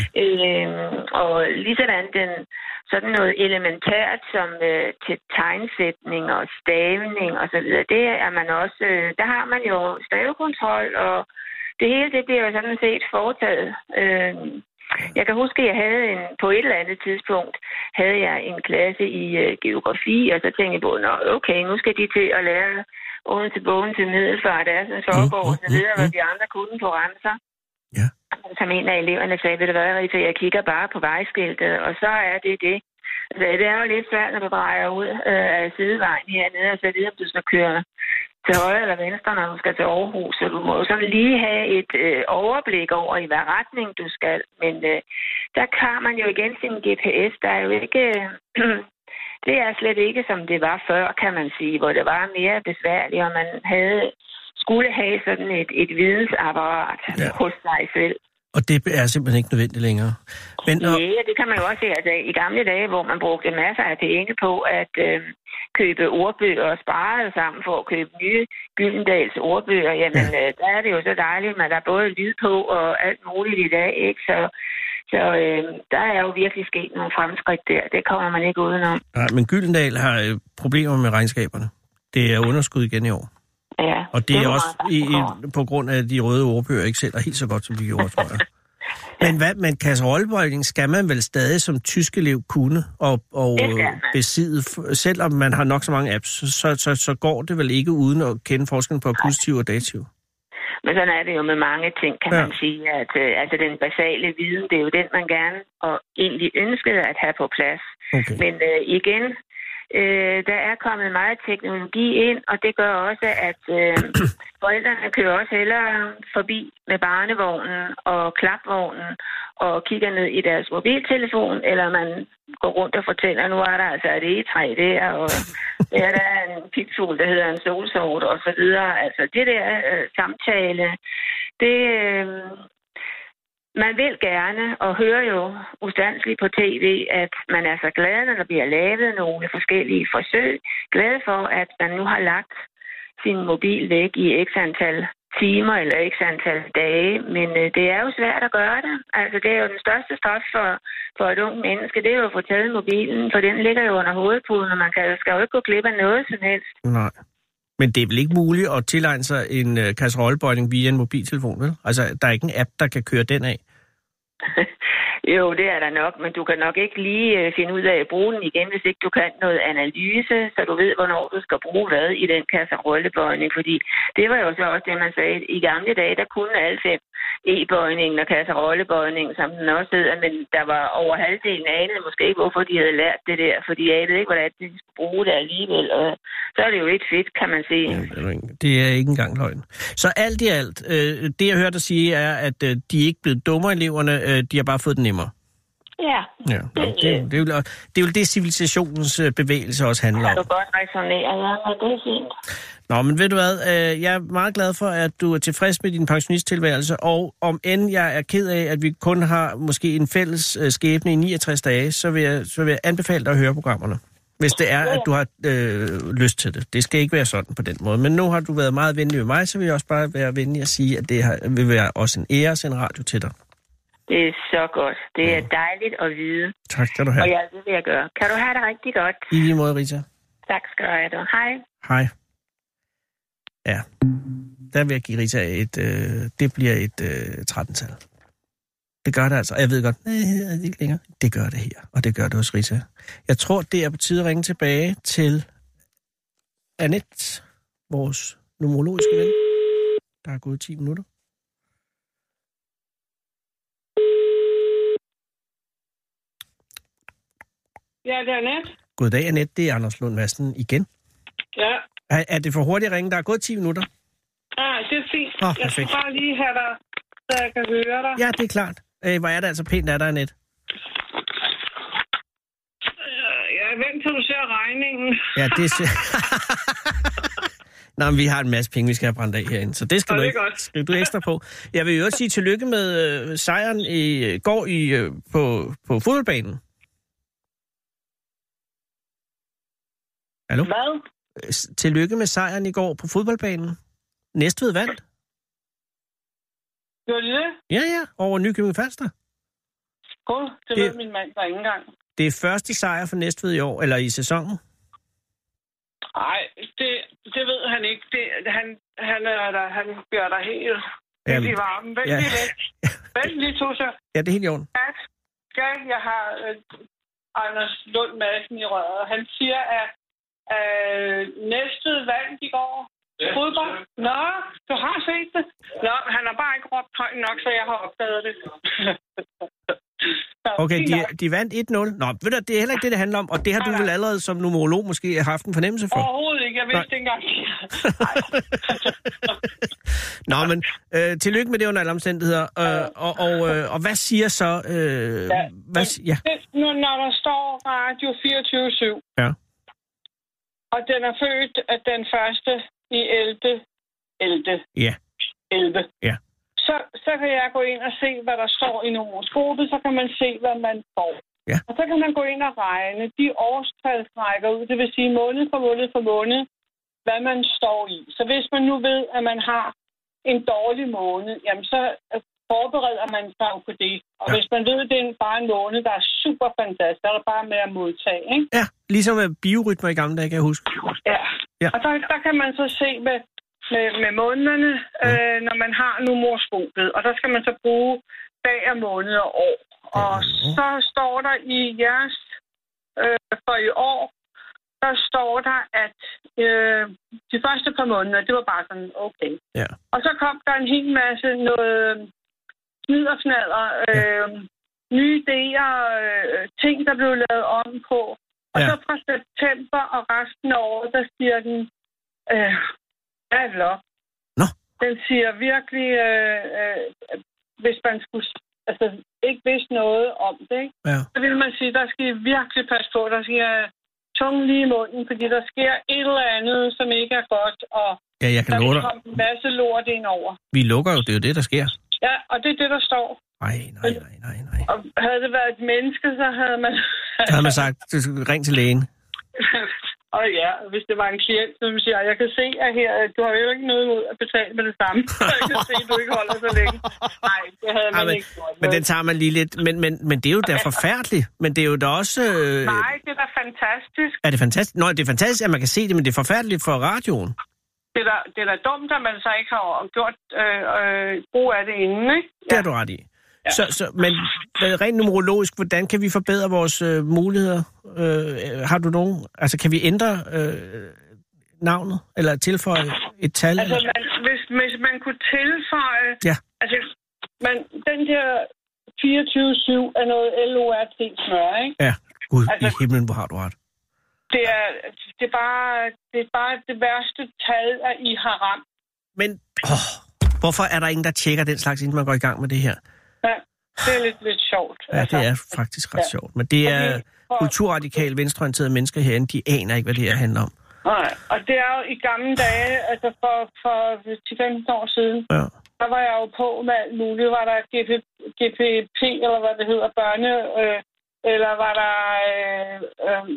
Øhm, og lige sådan den, sådan noget elementært som øh, til tegnsætning og stavning og så videre, det er man også, øh, der har man jo stavekontrol, og det hele det bliver jo sådan set foretaget. Øh, Jeg kan huske, at jeg havde en, på et eller andet tidspunkt havde jeg en klasse i uh, geografi, og så tænkte jeg på, nå, okay, nu skal de til at lære oven til bogen til middelfart, der er sådan en foregår, og så videre, hvad de andre kunne på remser. Ja. Som en af eleverne sagde, ved du hvad, Rita, jeg kigger bare på vejskiltet, og så er det det. Altså, det er jo lidt svært, når du drejer ud øh, af sidevejen hernede, og så videre, om du skal køre til højre eller venstre, når du skal til Aarhus. Så du må jo sådan lige have et øh, overblik over, i hvad retning du skal. Men øh, der kan man jo igen sin G P S. Der er jo ikke... Øh, det er slet ikke, som det var før, kan man sige, hvor det var mere besværligt, og man havde, skulle have sådan et, et vidensapparat ja. hos sig selv. Og det er simpelthen ikke nødvendigt længere. Men, og... Ja, det kan man jo også se. Altså, i gamle dage, hvor man brugte masser af penge på at øh, købe ordbøger og spare sammen for at købe nye Gyldendals ordbøger, jamen, ja. øh, der er det jo så dejligt, at der er både lyd på og alt muligt i dag, ikke? Så, så øh, der er jo virkelig sket nogle fremskridt der. Det kommer man ikke udenom. Nej, men Gyldendal har øh, problemer med regnskaberne. Det er underskud igen i år. Ja, og det, det er også i, i, på grund af, at de røde ordbøger ikke sælger helt så godt, som de gjorde, tror jeg. Men hvad, men kasserollebøjning skal man vel stadig som tysk elev kunne og, og besidde, selvom man har nok så mange apps, så, så, så går det vel ikke uden at kende forskellen på akkusativ og dativ? Men sådan er det jo med mange ting, kan ja. man sige, at øh, altså den basale viden, det er jo den, man gerne og egentlig ønskede at have på plads. Okay. Men øh, igen... Øh, der er kommet meget teknologi ind, og det gør også, at øh, forældrene kører også hellere forbi med barnevognen og klapvognen og kigger ned i deres mobiltelefon, eller man går rundt og fortæller, nu er der altså et egetræ der, og der er der en pigtfugl, der hedder en solsort, og så videre. Altså det der øh, samtale, det... Øh, Man vil gerne, og hører jo ustandsligt på tv, at man er så glad, når der bliver lavet nogle forskellige forsøg. Glad for, at man nu har lagt sin mobil væk i x antal timer eller x antal dage. Men øh, det er jo svært at gøre det. Altså, det er jo den største straf for, for et ungt menneske. Det er jo at få taget mobilen, for den ligger jo under hovedpuden, og man kan, skal jo ikke gå glip af noget som helst. Nej. Men det er vel ikke muligt at tilegne sig en øh, kasserollebøjning via en mobiltelefon, vel? Altså, der er ikke en app, der kan køre den af. Jo, det er der nok, men du kan nok ikke lige uh, finde ud af at bruge den igen, hvis ikke du kan noget analyse, så du ved, hvornår du skal bruge hvad i den kasserollebøjning, fordi det var jo så også det, man sagde. I gamle dage, der kunne alle fem e-bøjningen og kasserollebøjningen, som den også hedder, men der var over halvdelen anede måske ikke, hvorfor de havde lært det der, fordi jeg ved ikke, hvordan de skulle bruge det alligevel, og så er det jo lidt fedt, kan man sige. Ja, det er ikke engang løgn. Så alt i alt, øh, det jeg hørte dig sige, er, at øh, de er ikke blevet dummere, eleverne, øh, de har bare fået det nemmere. Ja. ja det, det, det, er jo, det er jo det, civilisationens bevægelse også handler om. Har du godt resoneret, ja, men det er fint. Nå, men ved du hvad, jeg er meget glad for, at du er tilfreds med din pensionisttilværelse, og om end jeg er ked af, at vi kun har måske en fælles skæbne i niogtres dage, så vil jeg, så vil jeg anbefale dig at høre programmerne. Hvis det er, at du har øh, lyst til det. Det skal ikke være sådan på den måde. Men nu har du været meget venlig med mig, så vil jeg også bare være venlig at sige, at det har, vil være også en ære at sende radio til dig. Det er så godt. Det er dejligt at vide. Tak skal du have. Og ja, det vil jeg gøre. Kan du have det rigtig godt? I lige måde, Rita. Tak skal du have. Hej. Hej. Ja. Der vil jeg give Rita et... Øh, det bliver et øh, tretten-tal. Det gør det altså. Jeg ved godt, nej, det er ikke længere. Det gør det her, og det gør det hos Rita. Jeg tror, det er på tide at ringe tilbage til Annette, vores numerologiske ven. Der er gået ti minutter. Ja, det er Annette. Goddag, Annette. Det er Anders Lund Madsen igen. Ja. Er, er det for hurtigt at ringe? Der er gået ti minutter. Ah, det er fint. Oh, jeg skal bare lige have dig, så jeg kan høre dig. Ja, det er klart. Øh, hvor er det altså pænt af dig, Annette? Jeg er vent til, du ser regningen. Ja, det er... Nå, men vi har en masse penge, vi skal have brændt af herinde, så det skal, oh, du, det ikke, godt. skal du ekstra på. Jeg vil jo også sige tillykke med øh, sejren i går i, øh, på, på fodboldbanen. Hallo? Hvad? Tillykke med sejren i går på fodboldbanen. Næstved vandt. Gjorde de det? Ja, ja, over Nykøbing Falster. God, det, det ved min mand der ikke engang. Det er første sejr for Næstved i år, eller i sæsonen? Nej, det, det ved han ikke. Det, han, han, er der, han bliver der helt, helt i varmen. Vent ja. lige lidt. Vent lige, Tusser. Ja, det er helt i orden. Ja, skal jeg har øh, Anders Lund Madsen i røret. Han siger, at øh, Næstved vandt i går. Ja, fodbold? Nå, du har set det. Nå, han har bare ikke råbt højt nok, så jeg har opdaget det. Okay, de, de vandt et nul. Nå, ved du, det er heller ikke det, det handler om, og det har du vel allerede som numerolog måske haft en fornemmelse for? Overhovedet ikke, jeg vidste ikke engang. Nå, men øh, tillykke med det under alle omstændigheder. Øh, og, og, øh, og hvad siger så... Øh, ja, hvad, ja. Det, nu, når der står Radio fireogtyve syv, ja. og den er født af den første i ellevte ellevte Ja. elleve Ja. Så, så kan jeg gå ind og se, hvad der står i numeroskopet, så kan man se, hvad man får. Ja. Og så kan man gå ind og regne de årstalsrækker ud, det vil sige måned for måned for måned, hvad man står i. Så hvis man nu ved, at man har en dårlig måned, jamen så forbereder man sig på det. Og ja. Hvis man ved, at det er bare en måned, der er super fantastisk, så er der bare med at modtage, ikke? Ja, ligesom med biorytmer i gamle dage, kan jeg huske. Ja, ja. Og der, der kan man så se med, med, med månederne, mm. øh, når man har numeroskopet. Og der skal man så bruge dag og måned og år. Og mm. så står der i jeres, øh, for i år, der står der, at øh, de første par måneder, det var bare sådan, okay. Ja. Og så kom der en hel masse noget smiderfnader, øh, ja. nye idéer, øh, ting, der blev lavet om på. Og ja. Så fra september og resten af året, der siger den, øh, ja, Nå. Den siger virkelig, øh, øh, hvis man skulle, altså ikke vidste noget om det, ikke? Ja. Så vil man sige, der skal I virkelig passe på, der skal jeg tungen lige i munden, fordi der sker et eller andet, som ikke er godt, og ja, jeg kan der vil komme en masse lort ind over. Vi lukker jo, det er jo det, der sker. Ja, og det er det, der står. Nej, nej, nej, nej, nej. Og havde det været et menneske, så havde man... Så havde man sagt, du skal ringe til lægen. Og ja, hvis det var en klient, som siger, jeg kan se, at her, du har jo ikke noget imod at betale med det samme. Jeg kan se, at du ikke holder så længe. Nej, det havde man ja, men, ikke gjort. Men den tager man lige lidt. Men, men, men det er jo da forfærdeligt. Men det er jo da også... Øh... Nej, det er da fantastisk. Er det fantastisk? Nå, det er fantastisk, at man kan se det, men det er forfærdeligt for radioen. Det er da, det er da dumt, at man så ikke har gjort øh, øh, brug af det inden, ikke? Ja. Det har du ret i. Ja. Så, så, men rent numerologisk, hvordan kan vi forbedre vores øh, muligheder? Øh, har du nogen? Altså, kan vi ændre øh, navnet? Eller tilføje et tal? Altså, man, hvis, hvis man kunne tilføje... Ja. Altså, man, den der fireogtyve syv er noget L O R T-smør, ikke? Ja. Gud, altså, i himlen, hvor har du ret. Det er, det, er bare, det er bare det værste tal, at I har ramt. Men åh, hvorfor er der ingen, der tjekker den slags, inden man går i gang med det her? Ja, det er lidt, lidt sjovt. Ja, altså. Det er faktisk ret ja. sjovt. Men det er okay. For... kulturradikale, venstreorienterede mennesker herinde, de aner ikke, hvad det her handler om. Nej, og det er jo i gamle dage, altså for, for ti til femten år siden, ja. Der var jeg jo på med alt muligt. Var der G P P, eller hvad det hedder, børne, øh, eller var der øh, øh,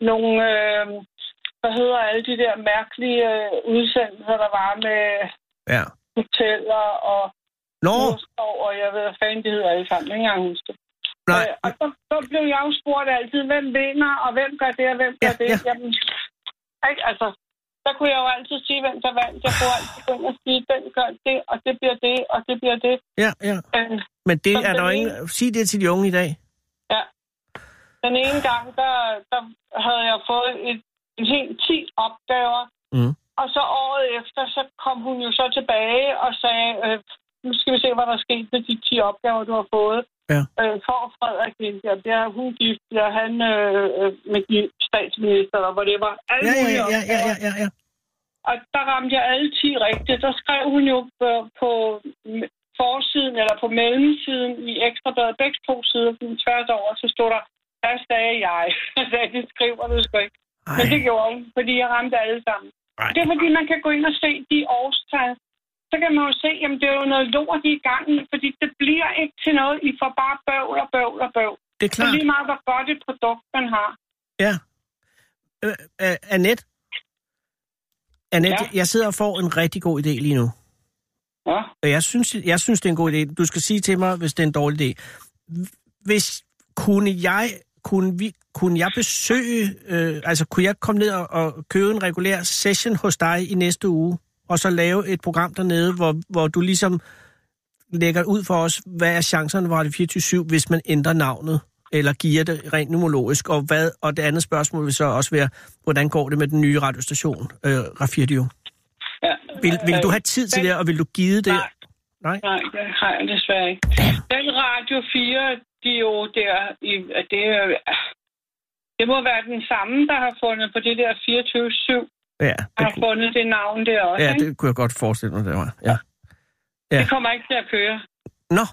nogle, øh, hvad hedder alle de der mærkelige øh, udsendelser, der var med ja. hoteller og Nå! og jeg ved, hvad fanden de hedder alle sammen. Jeg kan ikke engang huske det. Nej. Øh, og så, så blev jeg jo spurgt altid, hvem vinder, og hvem gør det, og hvem gør ja, det. Ja. Jamen, ikke? Altså, så kunne jeg jo altid sige, hvem der vandt. Jeg kunne altid gå ind og sige, den gør det, og det bliver det, og det bliver det. Ja, ja. Øh, Men det er der ene... ingen... Sig det til de unge i dag. Ja. Den ene gang, der, der havde jeg fået et, en helt ti opgaver, mm. og så året efter, så kom hun jo så tilbage og sagde, øh, nu skal vi se, hvad der skete med de ti opgaver, du har fået. Ja. Øh, for Frederik, der bliver hun gift, bliver han øh, med de statsminister, og hvor det var alle ja, mulige ja, ja, ja, ja, ja, ja. Og der ramte jeg alle ti rigtigt. Der skrev hun jo på, på forsiden, eller på mellemsiden i Ekstrabladet, begge to sider, tværs over, så stod der, der sagde jeg. Så det skriver du sgu ikke. Ej. Men det gjorde hun, fordi jeg ramte alle sammen. Ej. Det er fordi, man kan gå ind og se de årstal. Så kan man jo se, jamen det er jo noget lort, de er i gang i, fordi det bliver ikke til noget. I får bare bøvl og bøvl og bøvl. Det er klart. Det er lige meget, hvor godt et produkt man har. Ja. Øh, øh, Annette? Annette, ja. Jeg sidder og får en rigtig god idé lige nu. Ja. Og jeg synes, jeg synes, det er en god idé. Du skal sige til mig, hvis det er en dårlig idé. Hvis kunne jeg, kunne vi, kunne jeg besøge, øh, altså kunne jeg komme ned og, og købe en regulær session hos dig i næste uge, og så lave et program dernede, hvor, hvor du ligesom lægger ud for os, hvad er chancerne for Radio fireogtyve syv, hvis man ændrer navnet, eller giver det rent numerologisk, og hvad, og det andet spørgsmål vil så også være, hvordan går det med den nye radiostation, øh, Radio? Ja, vil, vil du have tid til den, det, og vil du give det? Nej, nej, nej det har jeg desværre ikke. Den Radio fire, de jo der, i, det, det må være den samme, der har fundet på det der fireogtyve syv. Ja, det har kunne... fundet det navn der også, Ja, ikke? det kunne jeg godt forestille mig, det var. Ja. Ja. Det kommer ikke til at køre. Nå.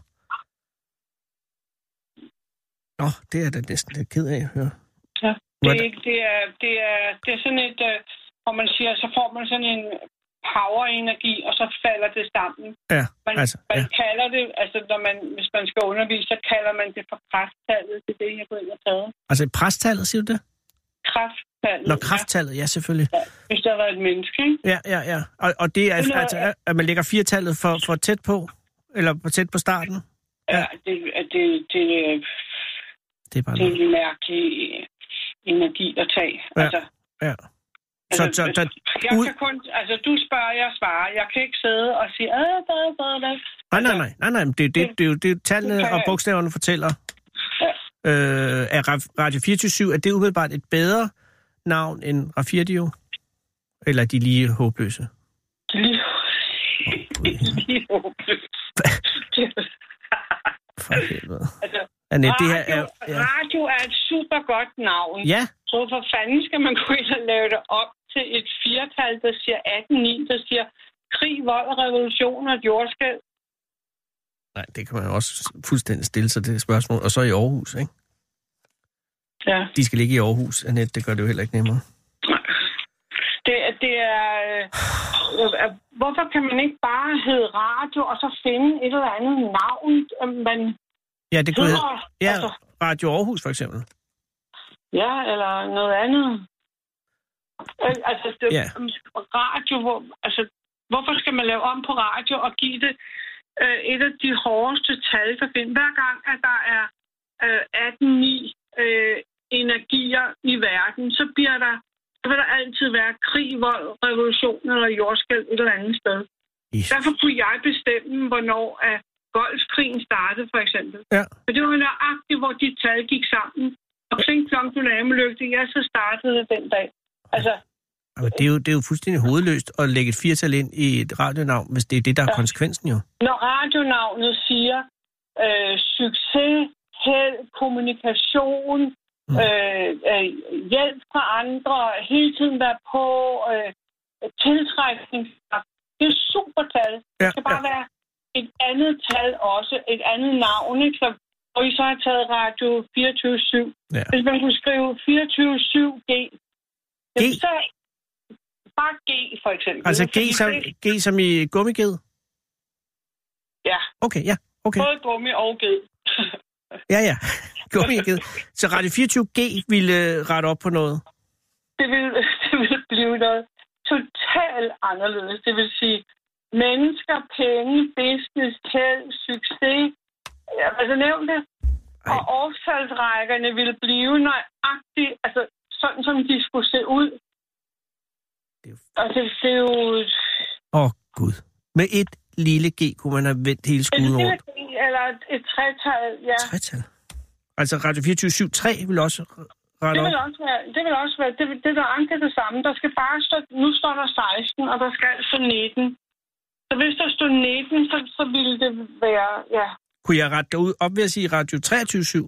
Nå, det er da næsten lidt ked af at høre. Ja, det er, ikke, det er, det er, det er sådan et, uh, hvor man siger, så får man sådan en power-energi, og så falder det sammen. Ja, man, altså. Man ja. kalder det, altså når man, hvis man skal undervise, så kalder man det for kræfttallet. Det er det, jeg går ind og tager. Altså præsttallet, siger du det? Kræfttallet. Nå, kræfttallet, ja, selvfølgelig. Ja, hvis der var et menneske, ikke? Ja, ja, ja. Og, og det er, det er altså, at man lægger firetallet for, for tæt på? Eller for tæt på starten? Ja, ja det, det, det, det er bare det er en mærkelig energi at tage. Ja, altså, ja. Så, så, så, altså, så, jeg kan kun, altså, du spørger, jeg svarer. Jeg kan ikke sidde og sige, øh, hvad, hvad, hvad. Nej, nej, nej, nej, nej. Det, det, det, det, det, det tallene og bogstaverne fortæller. Ja. Øh, er Radio fireogtyve syv, er det umiddelbart et bedre navn end Radio? Eller er de lige håbløse? De er lige, oh, lige håbløse. For helvede. Altså, Annette, radio, det her er, ja. radio er et super godt navn. Ja. Hvorfor fanden skal man gå ind og lave det op til et firtal, der siger atten ni, der siger krig, vold, revolution og jordskælv? Nej, det kan man jo også fuldstændig stille sig det spørgsmål. Og så i Aarhus, ikke? Ja. De skal ligge i Aarhus, Annette. Det gør det jo heller ikke nemmere. Det, det er... Øh, hvorfor kan man ikke bare hedde radio, og så finde et eller andet navn, man... Ja, det kunne hedde... Ja, altså, Radio Aarhus, for eksempel. Ja, eller noget andet. Altså, det, ja. radio... Hvor, altså, hvorfor skal man lave om på radio og give det øh, et af de hårdeste tal, der findes? Hver gang, at der er øh, atten ni øh, energier i verden, så bliver der... Så vil der altid være krig, vold, revolution eller jordskælv et eller andet sted. Yes. Derfor kunne jeg bestemme, hvornår at Golfkrigen startede, for eksempel. Ja. Og det var nøjagtigt, hvor de tal gik sammen. Og kring klokken du lygte, ja, så startede det den dag. Altså, men det, er jo, det er jo fuldstændig hovedløst at lægge et firtal ind i et radionavn, hvis det er det, der er ja. konsekvensen jo. Når radionavnet siger øh, succes, held, kommunikation... Mm. Øh, øh, hjælp fra andre, hele tiden være på, øh, tiltrækningskraft. Det er supertal. Ja, det skal bare ja. være et andet tal også, et andet navn, ikke? Så, og I så har taget Radio fireogtyve syv. Ja. Hvis man kunne skrive fireogtyve syv G. G? Så bare G, for eksempel. Altså G som, G som i gummiged? Ja. Okay, ja. Okay. Både gummi og ged. Ja, ja. Så Radio fireogtyve G ville rette op på noget? det vil, det vil blive noget totalt anderledes. Det vil sige, mennesker, penge, business, held, succes, ja, altså nævn det. Ej. Og årstalsrækkerne ville blive nøjagtigt, altså sådan som de skulle se ud. Det er jo... Og det, det er jo... Åh, oh, Gud. Med et lille G kunne man have vendt hele skuden rundt. Et lille G, eller et tretal, ja. Tretal? Altså Radio fireogtyve syv tre vil også rette det vil op? også være, det vil også være, det, det der anker det samme. Der skal bare stå, nu står der seksten, og der skal stå nitten. Så hvis der stod nitten, så, så ville det være, ja. Kunne jeg rette ud op ved at sige Radio treogtyve syv?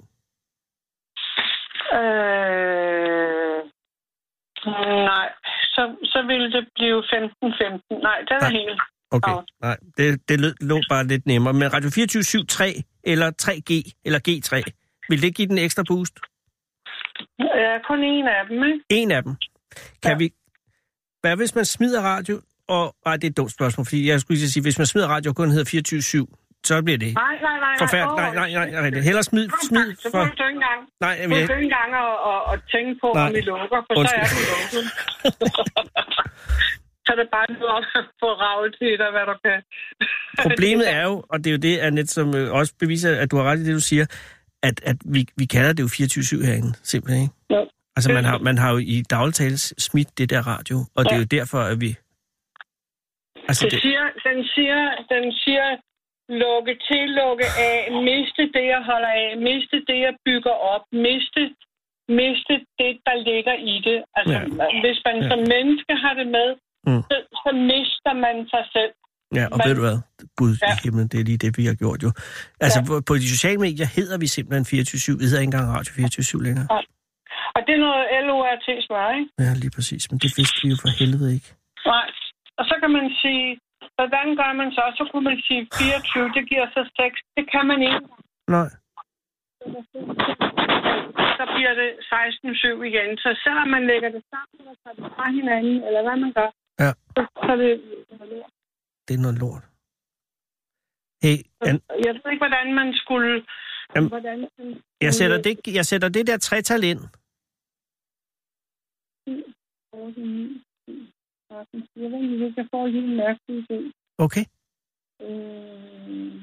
Øh, nej, så, så ville det blive femten femten. Nej, det er helt. Okay, nej, det, det lød, lå bare lidt nemmere. Men Radio fireogtyve syv tre eller tre G eller G tre, vil det give den ekstra boost? Ja, kun en af dem, ikke? En af dem. Kan ja. vi... Hvad hvis man smider radio... Og, ej, det er et dumt spørgsmål, fordi jeg skulle lige sige, hvis man smider radio og kun hedder fireogtyve syv, så bliver det... Nej, nej, nej. Forfærdeligt. Nej, nej, nej, nej, nej. Hellere smid... smid for... Så for... må du ikke engang... Nej, jeg vil... Du ikke engang at, at, at tænke på, nej. Om vi lukker, for Undskyld. Så er det lukket. Så er det bare noget at få ravet til dig, hvad du kan. Problemet er jo, og det er jo det, Annette, som også beviser, at du har ret i det, du siger, at, at vi, vi kalder det jo fireogtyve syv herinde, simpelthen, ikke? Ja. Altså, man har, man har jo i dagligtale smidt det der radio, og ja. Det er jo derfor, at vi... Altså, det siger, den siger, den siger, lukke til, lukke af, miste det, jeg holder af, miste det, jeg bygger op, miste, miste det, der ligger i det. Altså, ja. Hvis man ja. Som menneske har det med, mm. så, så mister man sig selv. Ja, og man, ved du hvad? Gud ja. I himlen, det er lige det, vi har gjort jo. Altså, ja. på, på de sociale medier hedder vi simpelthen fireogtyve syv. Vi hedder ikke engang Radio fireogtyve syv længere. Ja. Og det er noget L O R T-smør, ikke? Ja, lige præcis. Men det vidste vi jo for helvede ikke. Nej. Og så kan man sige, hvordan gør man så? Så kunne man sige fireogtyve, det giver så seks. Det kan man ikke. Nej. Så bliver det seksten syv igen. Så selvom man lægger det sammen, eller tager det fra hinanden, eller hvad man gør, ja. så, så er det noget lort. Det er noget lort. Hey, an... Jeg ved ikke, hvordan man skulle... Jamen, hvordan man skulle... Jeg, sætter det, jeg sætter det der tretal ind. Jeg ved ikke, hvis jeg får lige en mærkelig idé. Okay. Øh,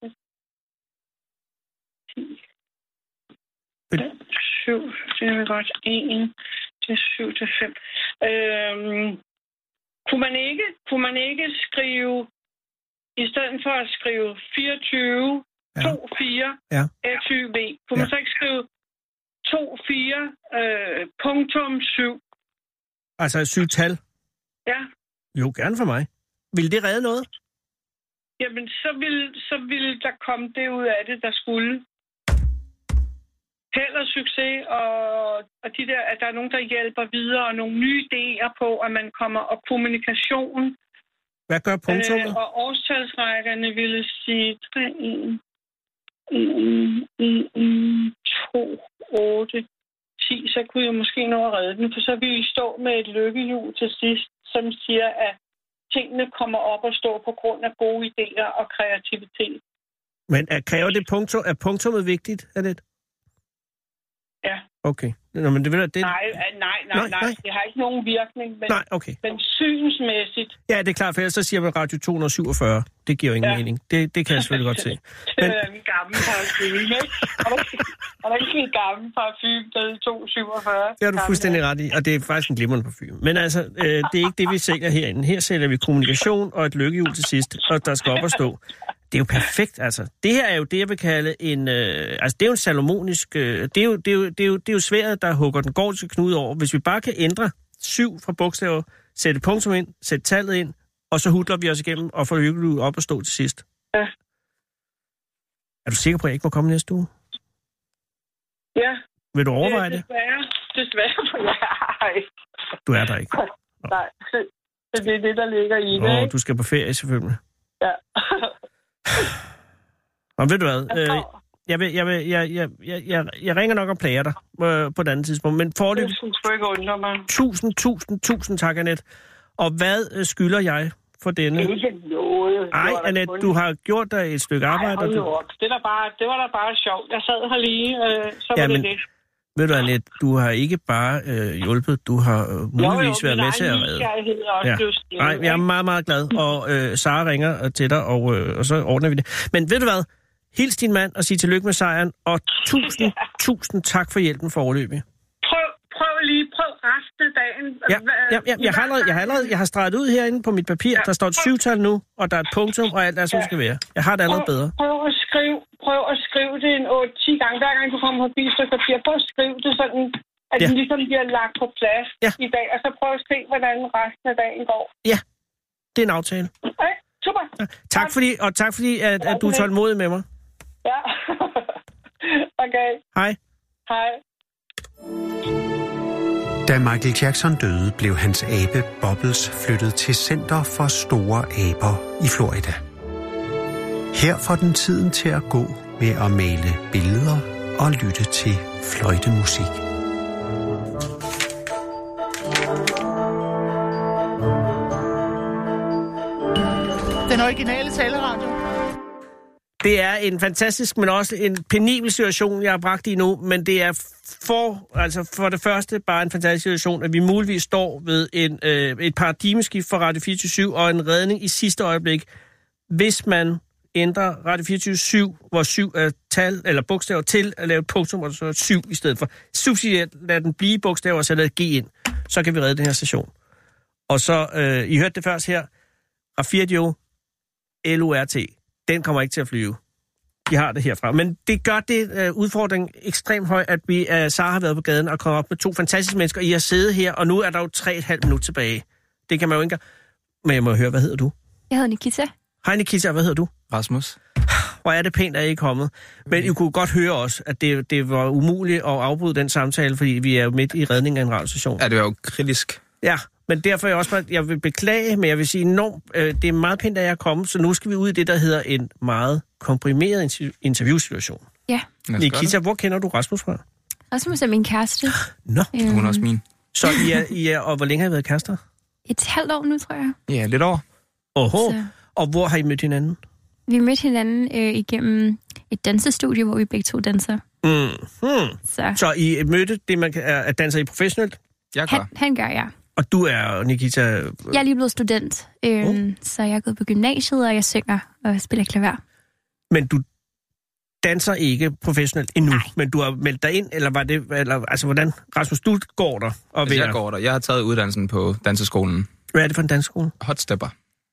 ti. syv, det er godt. en til syv til fem. Øh, kunne man ikke, kunne man ikke skrive, i stedet for at skrive fireogtyve, ja. to fire, ja. F Y V, kunne ja. Man så ikke skrive to fire, øh, punktum syv? Altså syv tal? Ja. Jo, gerne for mig. Vil det redde noget? Jamen, så vil, så vil der komme det ud af det, der skulle. Held og succes, og, og de der, at der er nogen, der hjælper videre, og nogle nye idéer på, at man kommer, og kommunikation. Hvad gør punktummet? Øh, og årstalsrækkerne ville sige tre, en, en, en, to, otte, ti, så kunne jeg måske nå at redde den, for så ville vi stå med et lykkehjul til sidst, som siger, at tingene kommer op og stå på grund af gode idéer og kreativitet. Men er, kræver det punktum, er punktummet vigtigt, er det? Ja. Okay. Nå, men det vil, det... Nej, nej, nej, nej, nej. Det har ikke nogen virkning, men, nej, okay. men synsmæssigt. Ja, det er klart, for ellers så siger man Radio to hundrede syvogfyrre. Det giver jo ingen ja. mening. Det, det kan jeg selvfølgelig godt se. Men... Det er en gammel parfume, ikke? Og der er ikke en gammel parfume, der er to syvogfyrre. Det har du fuldstændig ret i, og det er faktisk en glimrende parfume. Men altså, øh, det er ikke det, vi sælger herinde. Her sælger vi kommunikation og et lykkehjul til sidst, og der skal op og stå. Det er jo perfekt, altså. Det her er jo det, jeg vil kalde en... Øh, altså, det er jo en salomonisk... Øh, det, er jo, det, er jo, det, er jo, det er jo sværet, der hugger den gordiske knude over. Hvis vi bare kan ændre syv fra bogstaver, sætte punktum ind, sætte tallet ind, og så hudler vi os igennem og får lykkehjulet op og stå til sidst. Ja. Er du sikker på, at jeg ikke må komme næste uge? Ja. Vil du overveje det? Desværre. Desværre, for jeg er ikke. Du er der ikke? Nej, det er det, der ligger i det, Åh, ikke? du skal på ferie, selvfølgelig. Ja. Og ved du hvad? Øh, jeg, vil, jeg, vil, jeg, jeg, jeg, jeg, jeg ringer nok og plager dig øh, på et andet tidspunkt, men forløb... Det skulle sgu ikke undre mig. Tusind, tusind, tusind tak, Annette. Og hvad øh, skylder jeg for denne? Ikke noget. Ej, Annette, du har gjort dig et stykke arbejde. Ej, hold nu op. Det, der bare, det var da bare sjovt. Jeg sad her lige, øh, så var ja, det men, det. Ved du, Annette, du har ikke bare øh, hjulpet, du har øh, muligvis jo, jo, været med til at redde. Ja. Nej, jeg er meget, meget glad, og øh, Sara ringer til dig, og, øh, og så ordner vi det. Men ved du hvad? Hils din mand og sig tillykke med sejren, og tusind, ja. tusind tak for hjælpen for overløbet. Prøv, prøv lige, prøv resten af dagen. Ja, ja, ja jeg, har allerede, jeg har allerede, jeg har streget ud herinde på mit papir, ja. Der står et syvtal nu, og der er et punktum, og alt er, som ja. skal være. Jeg har det allerede prøv, bedre. Prøv at skrive, prøv at skrive det en otte ti gange, hver gang du kommer forbi et stykke papir. Prøv at skrive det sådan, at ja. det ligesom bliver lagt på plads ja. i dag, og så prøv at se, hvordan resten af dagen går. Ja, det er en aftale. Okay, super. Ja. Tak fordi, og tak fordi, at, at du er tålmodig med mig. Ja. Okay. Hej. Hej. Da Michael Jackson døde, blev hans abe Bubbles flyttet til Center for Store Aber i Florida. Her får den tiden til at gå med at male billeder og lytte til fløjtemusik. Den originale taleradio. Det er en fantastisk, men også en penibel situation, jeg har bragt i nu, men det er for, altså for det første bare en fantastisk situation, at vi muligvis står ved en, øh, et paradigmeskift for Radio fireogtyve syv og en redning i sidste øjeblik, hvis man ændrer Radio fireogtyve syv, hvor syv er tal eller bogstaver til at lave et punktum, og så er syv i stedet for. Subsidiært lad den blive bogstaver, og så lad G ind. Så kan vi redde den her station. Og så, øh, I hørte det først her, Radio L O R T. Den kommer ikke til at flyve. De har det herfra. Men det gør det uh, udfordring ekstremt høj, at vi, uh, Sara har været på gaden og kommet op med to fantastiske mennesker. I har siddet her, og nu er der jo tre og et halvt minut tilbage. Det kan man jo ikke. Men jeg må høre, hvad hedder du? Jeg hedder Nikita. Hej Nikita, hvad hedder du? Rasmus. Hvor er det pænt, at I er kommet. Men I kunne godt høre også, at det, det var umuligt at afbryde den samtale, fordi vi er jo midt i redningen af en radiostation. Ja, det var jo kritisk. Ja, men derfor er jeg også bare, jeg vil beklage, men jeg vil sige enormt, øh, det er meget pænt, at jeg er kommet, så nu skal vi ud i det, der hedder en meget komprimeret interviewsituation. Ja. Nikita, hvor kender du Rasmus fra? Rasmus er min kæreste. Nå. Øhm. Hun er også min. Så I er, I er, og hvor længe har I været kærester? Et halvt år nu, tror jeg. Ja, lidt over. Oho. Så. Og hvor har I mødt hinanden? Vi mødte hinanden øh, igennem et dansestudie, hvor vi begge to danser. Mm-hmm. Så. Så I mødte det, man kan, at danser I professionelt? Jeg gør. Han, han gør, ja. Og du er, Nikita... Jeg er lige blevet student, øhm, oh. så jeg er gået på gymnasiet, og jeg synger og spiller klaver. Men du danser ikke professionelt endnu, Nej. Men du har meldt dig ind, eller var det... Eller, altså, hvordan? Rasmus, du går der og altså, jeg går der. Jeg har taget uddannelsen på danseskolen. Hvad er det for en danseskole? Hotstepper.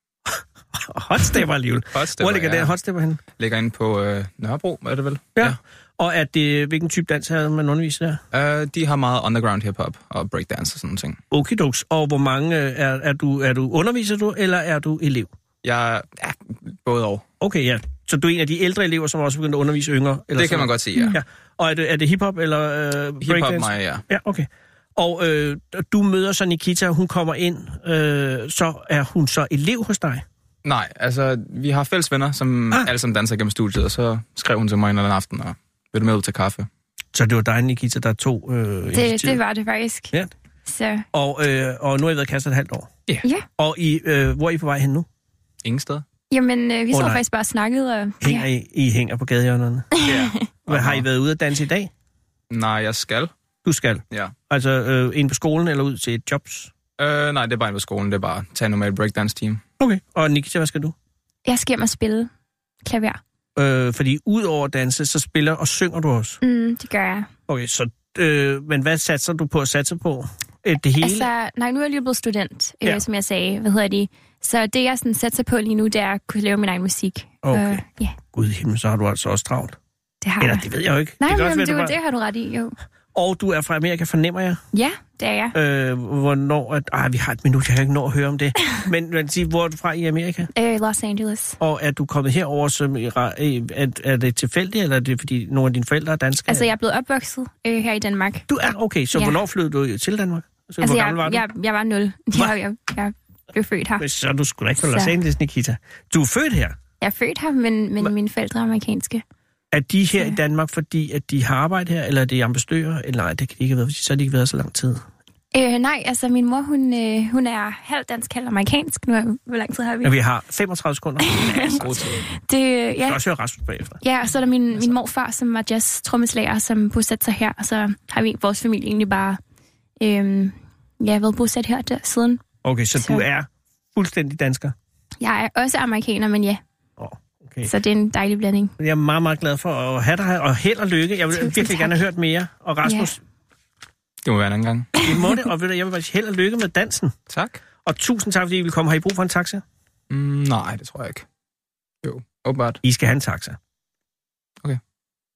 Hotstepper alligevel. Hotstepper, hvor ligger ja. det Hotstepper henne? Ligger inde på øh, Nørrebro, er det vel? Ja. ja. Og er det, hvilken type dans havde man underviser der? Uh, de har meget underground hip-hop og breakdance og sådan noget ting. Okidoks. Og hvor mange er, er du, er du, underviser du, eller er du elev? Jeg er både og. Okay, ja. Så du er en af de ældre elever, som også begynder at undervise yngre? Eller det kan sådan? Man godt sige, ja. ja. Og er det, er det hip-hop eller øh, breakdance? Hip-hop mig, ja. Ja, okay. Og øh, du møder så Nikita, hun kommer ind, øh, så er hun så elev hos dig? Nej, altså, vi har fælles venner, som ah. alle sammen danser gennem studiet, og så skrev hun til mig en eller anden aften, og vil du med ud til kaffe? Så det var dig, Nikita, der tog øh, det, det var det faktisk. Ja. Så. Og, øh, og nu har I været kastet et halvt år? Ja. ja. Og I, øh, hvor er I på vej hen nu? Ingen sted. Jamen, øh, vi oh, så faktisk bare snakket. Og, hænger ja. I, I hænger på gadehjørnerne? Ja. Hvad, har I været ude at danse i dag? Nej, jeg skal. Du skal? Ja. Altså øh, ind på skolen eller ud til et jobs? Øh, nej, det er bare ind på skolen. Det er bare at tage en normal breakdance-team. Okay. Og Nikita, hvad skal du? Jeg skal hjem og spille klaver. Øh, fordi ud over at danse, så spiller og synger du også? Mm, det gør jeg. Okay, så, øh, men hvad satser du på at satse på? Det hele? Altså, nej, nu er jeg lige blevet student, ja. øh, som jeg sagde. Hvad hedder de? Så det, jeg sådan satser på lige nu, det er at kunne lave min egen musik. Okay. Øh, yeah. Gud i himlen, så har du altså også travlt. Det har Eller, jeg. det ved jeg jo ikke. Nej, det, men også, det, det, bare... det har du ret i, jo. Og du er fra Amerika, fornemmer jeg? Ja, det er jeg. Øh, hvornår... At, ej, vi har et minut, jeg kan ikke nå at høre om det. men men sig, hvor er du fra i Amerika? Øh, Los Angeles. Og er du kommet herover som... Er, er det tilfældigt, eller er det fordi nogle af dine forældre er danske? Altså, jeg er blevet opvokset øh, her i Danmark. Du er? Okay, så ja. Hvornår flyttede du til Danmark? Så, altså, hvor jeg, var jeg, jeg var nul. Jeg, jeg, jeg blev født her. Men så du skulle da ikke fra Los Angeles, Nikita. Du er født her? Jeg er født her, men, men mine forældre er amerikanske. Er de her så. i Danmark, fordi at de har arbejdet her, eller er de ambassadører? Eller nej, det kan de ikke have været, så har de ikke været så lang tid. Øh, nej, altså min mor, hun, øh, hun er halv dansk, halv amerikansk. Nu er, hvor lang tid har vi? Ja, vi har femogtredive sekunder. det, ja. Jeg skal også høre Rasmus bagefter. Ja, og så er der min, min morfar, som var jazz-trommeslager, som bosatte sig her. Og så har vi vores familie egentlig bare øh, ja, været bosat her der, siden. Okay, så, så du er fuldstændig dansker? Jeg er også amerikaner, men ja. Oh, okay. Så det er en dejlig blanding. Jeg er meget, meget glad for at have dig her, og held og lykke. Jeg vil Tusind virkelig tak. gerne have hørt mere. Og Rasmus... Ja. Det må være en anden gang. Vi må det, og ved du, jeg vil bare held og lykke med dansen. Tak. Og tusind tak, fordi I vil komme. Har I brug for en taxa? Mm, nej, det tror jeg ikke. Jo, åbenbart. I skal have en taxa. Okay.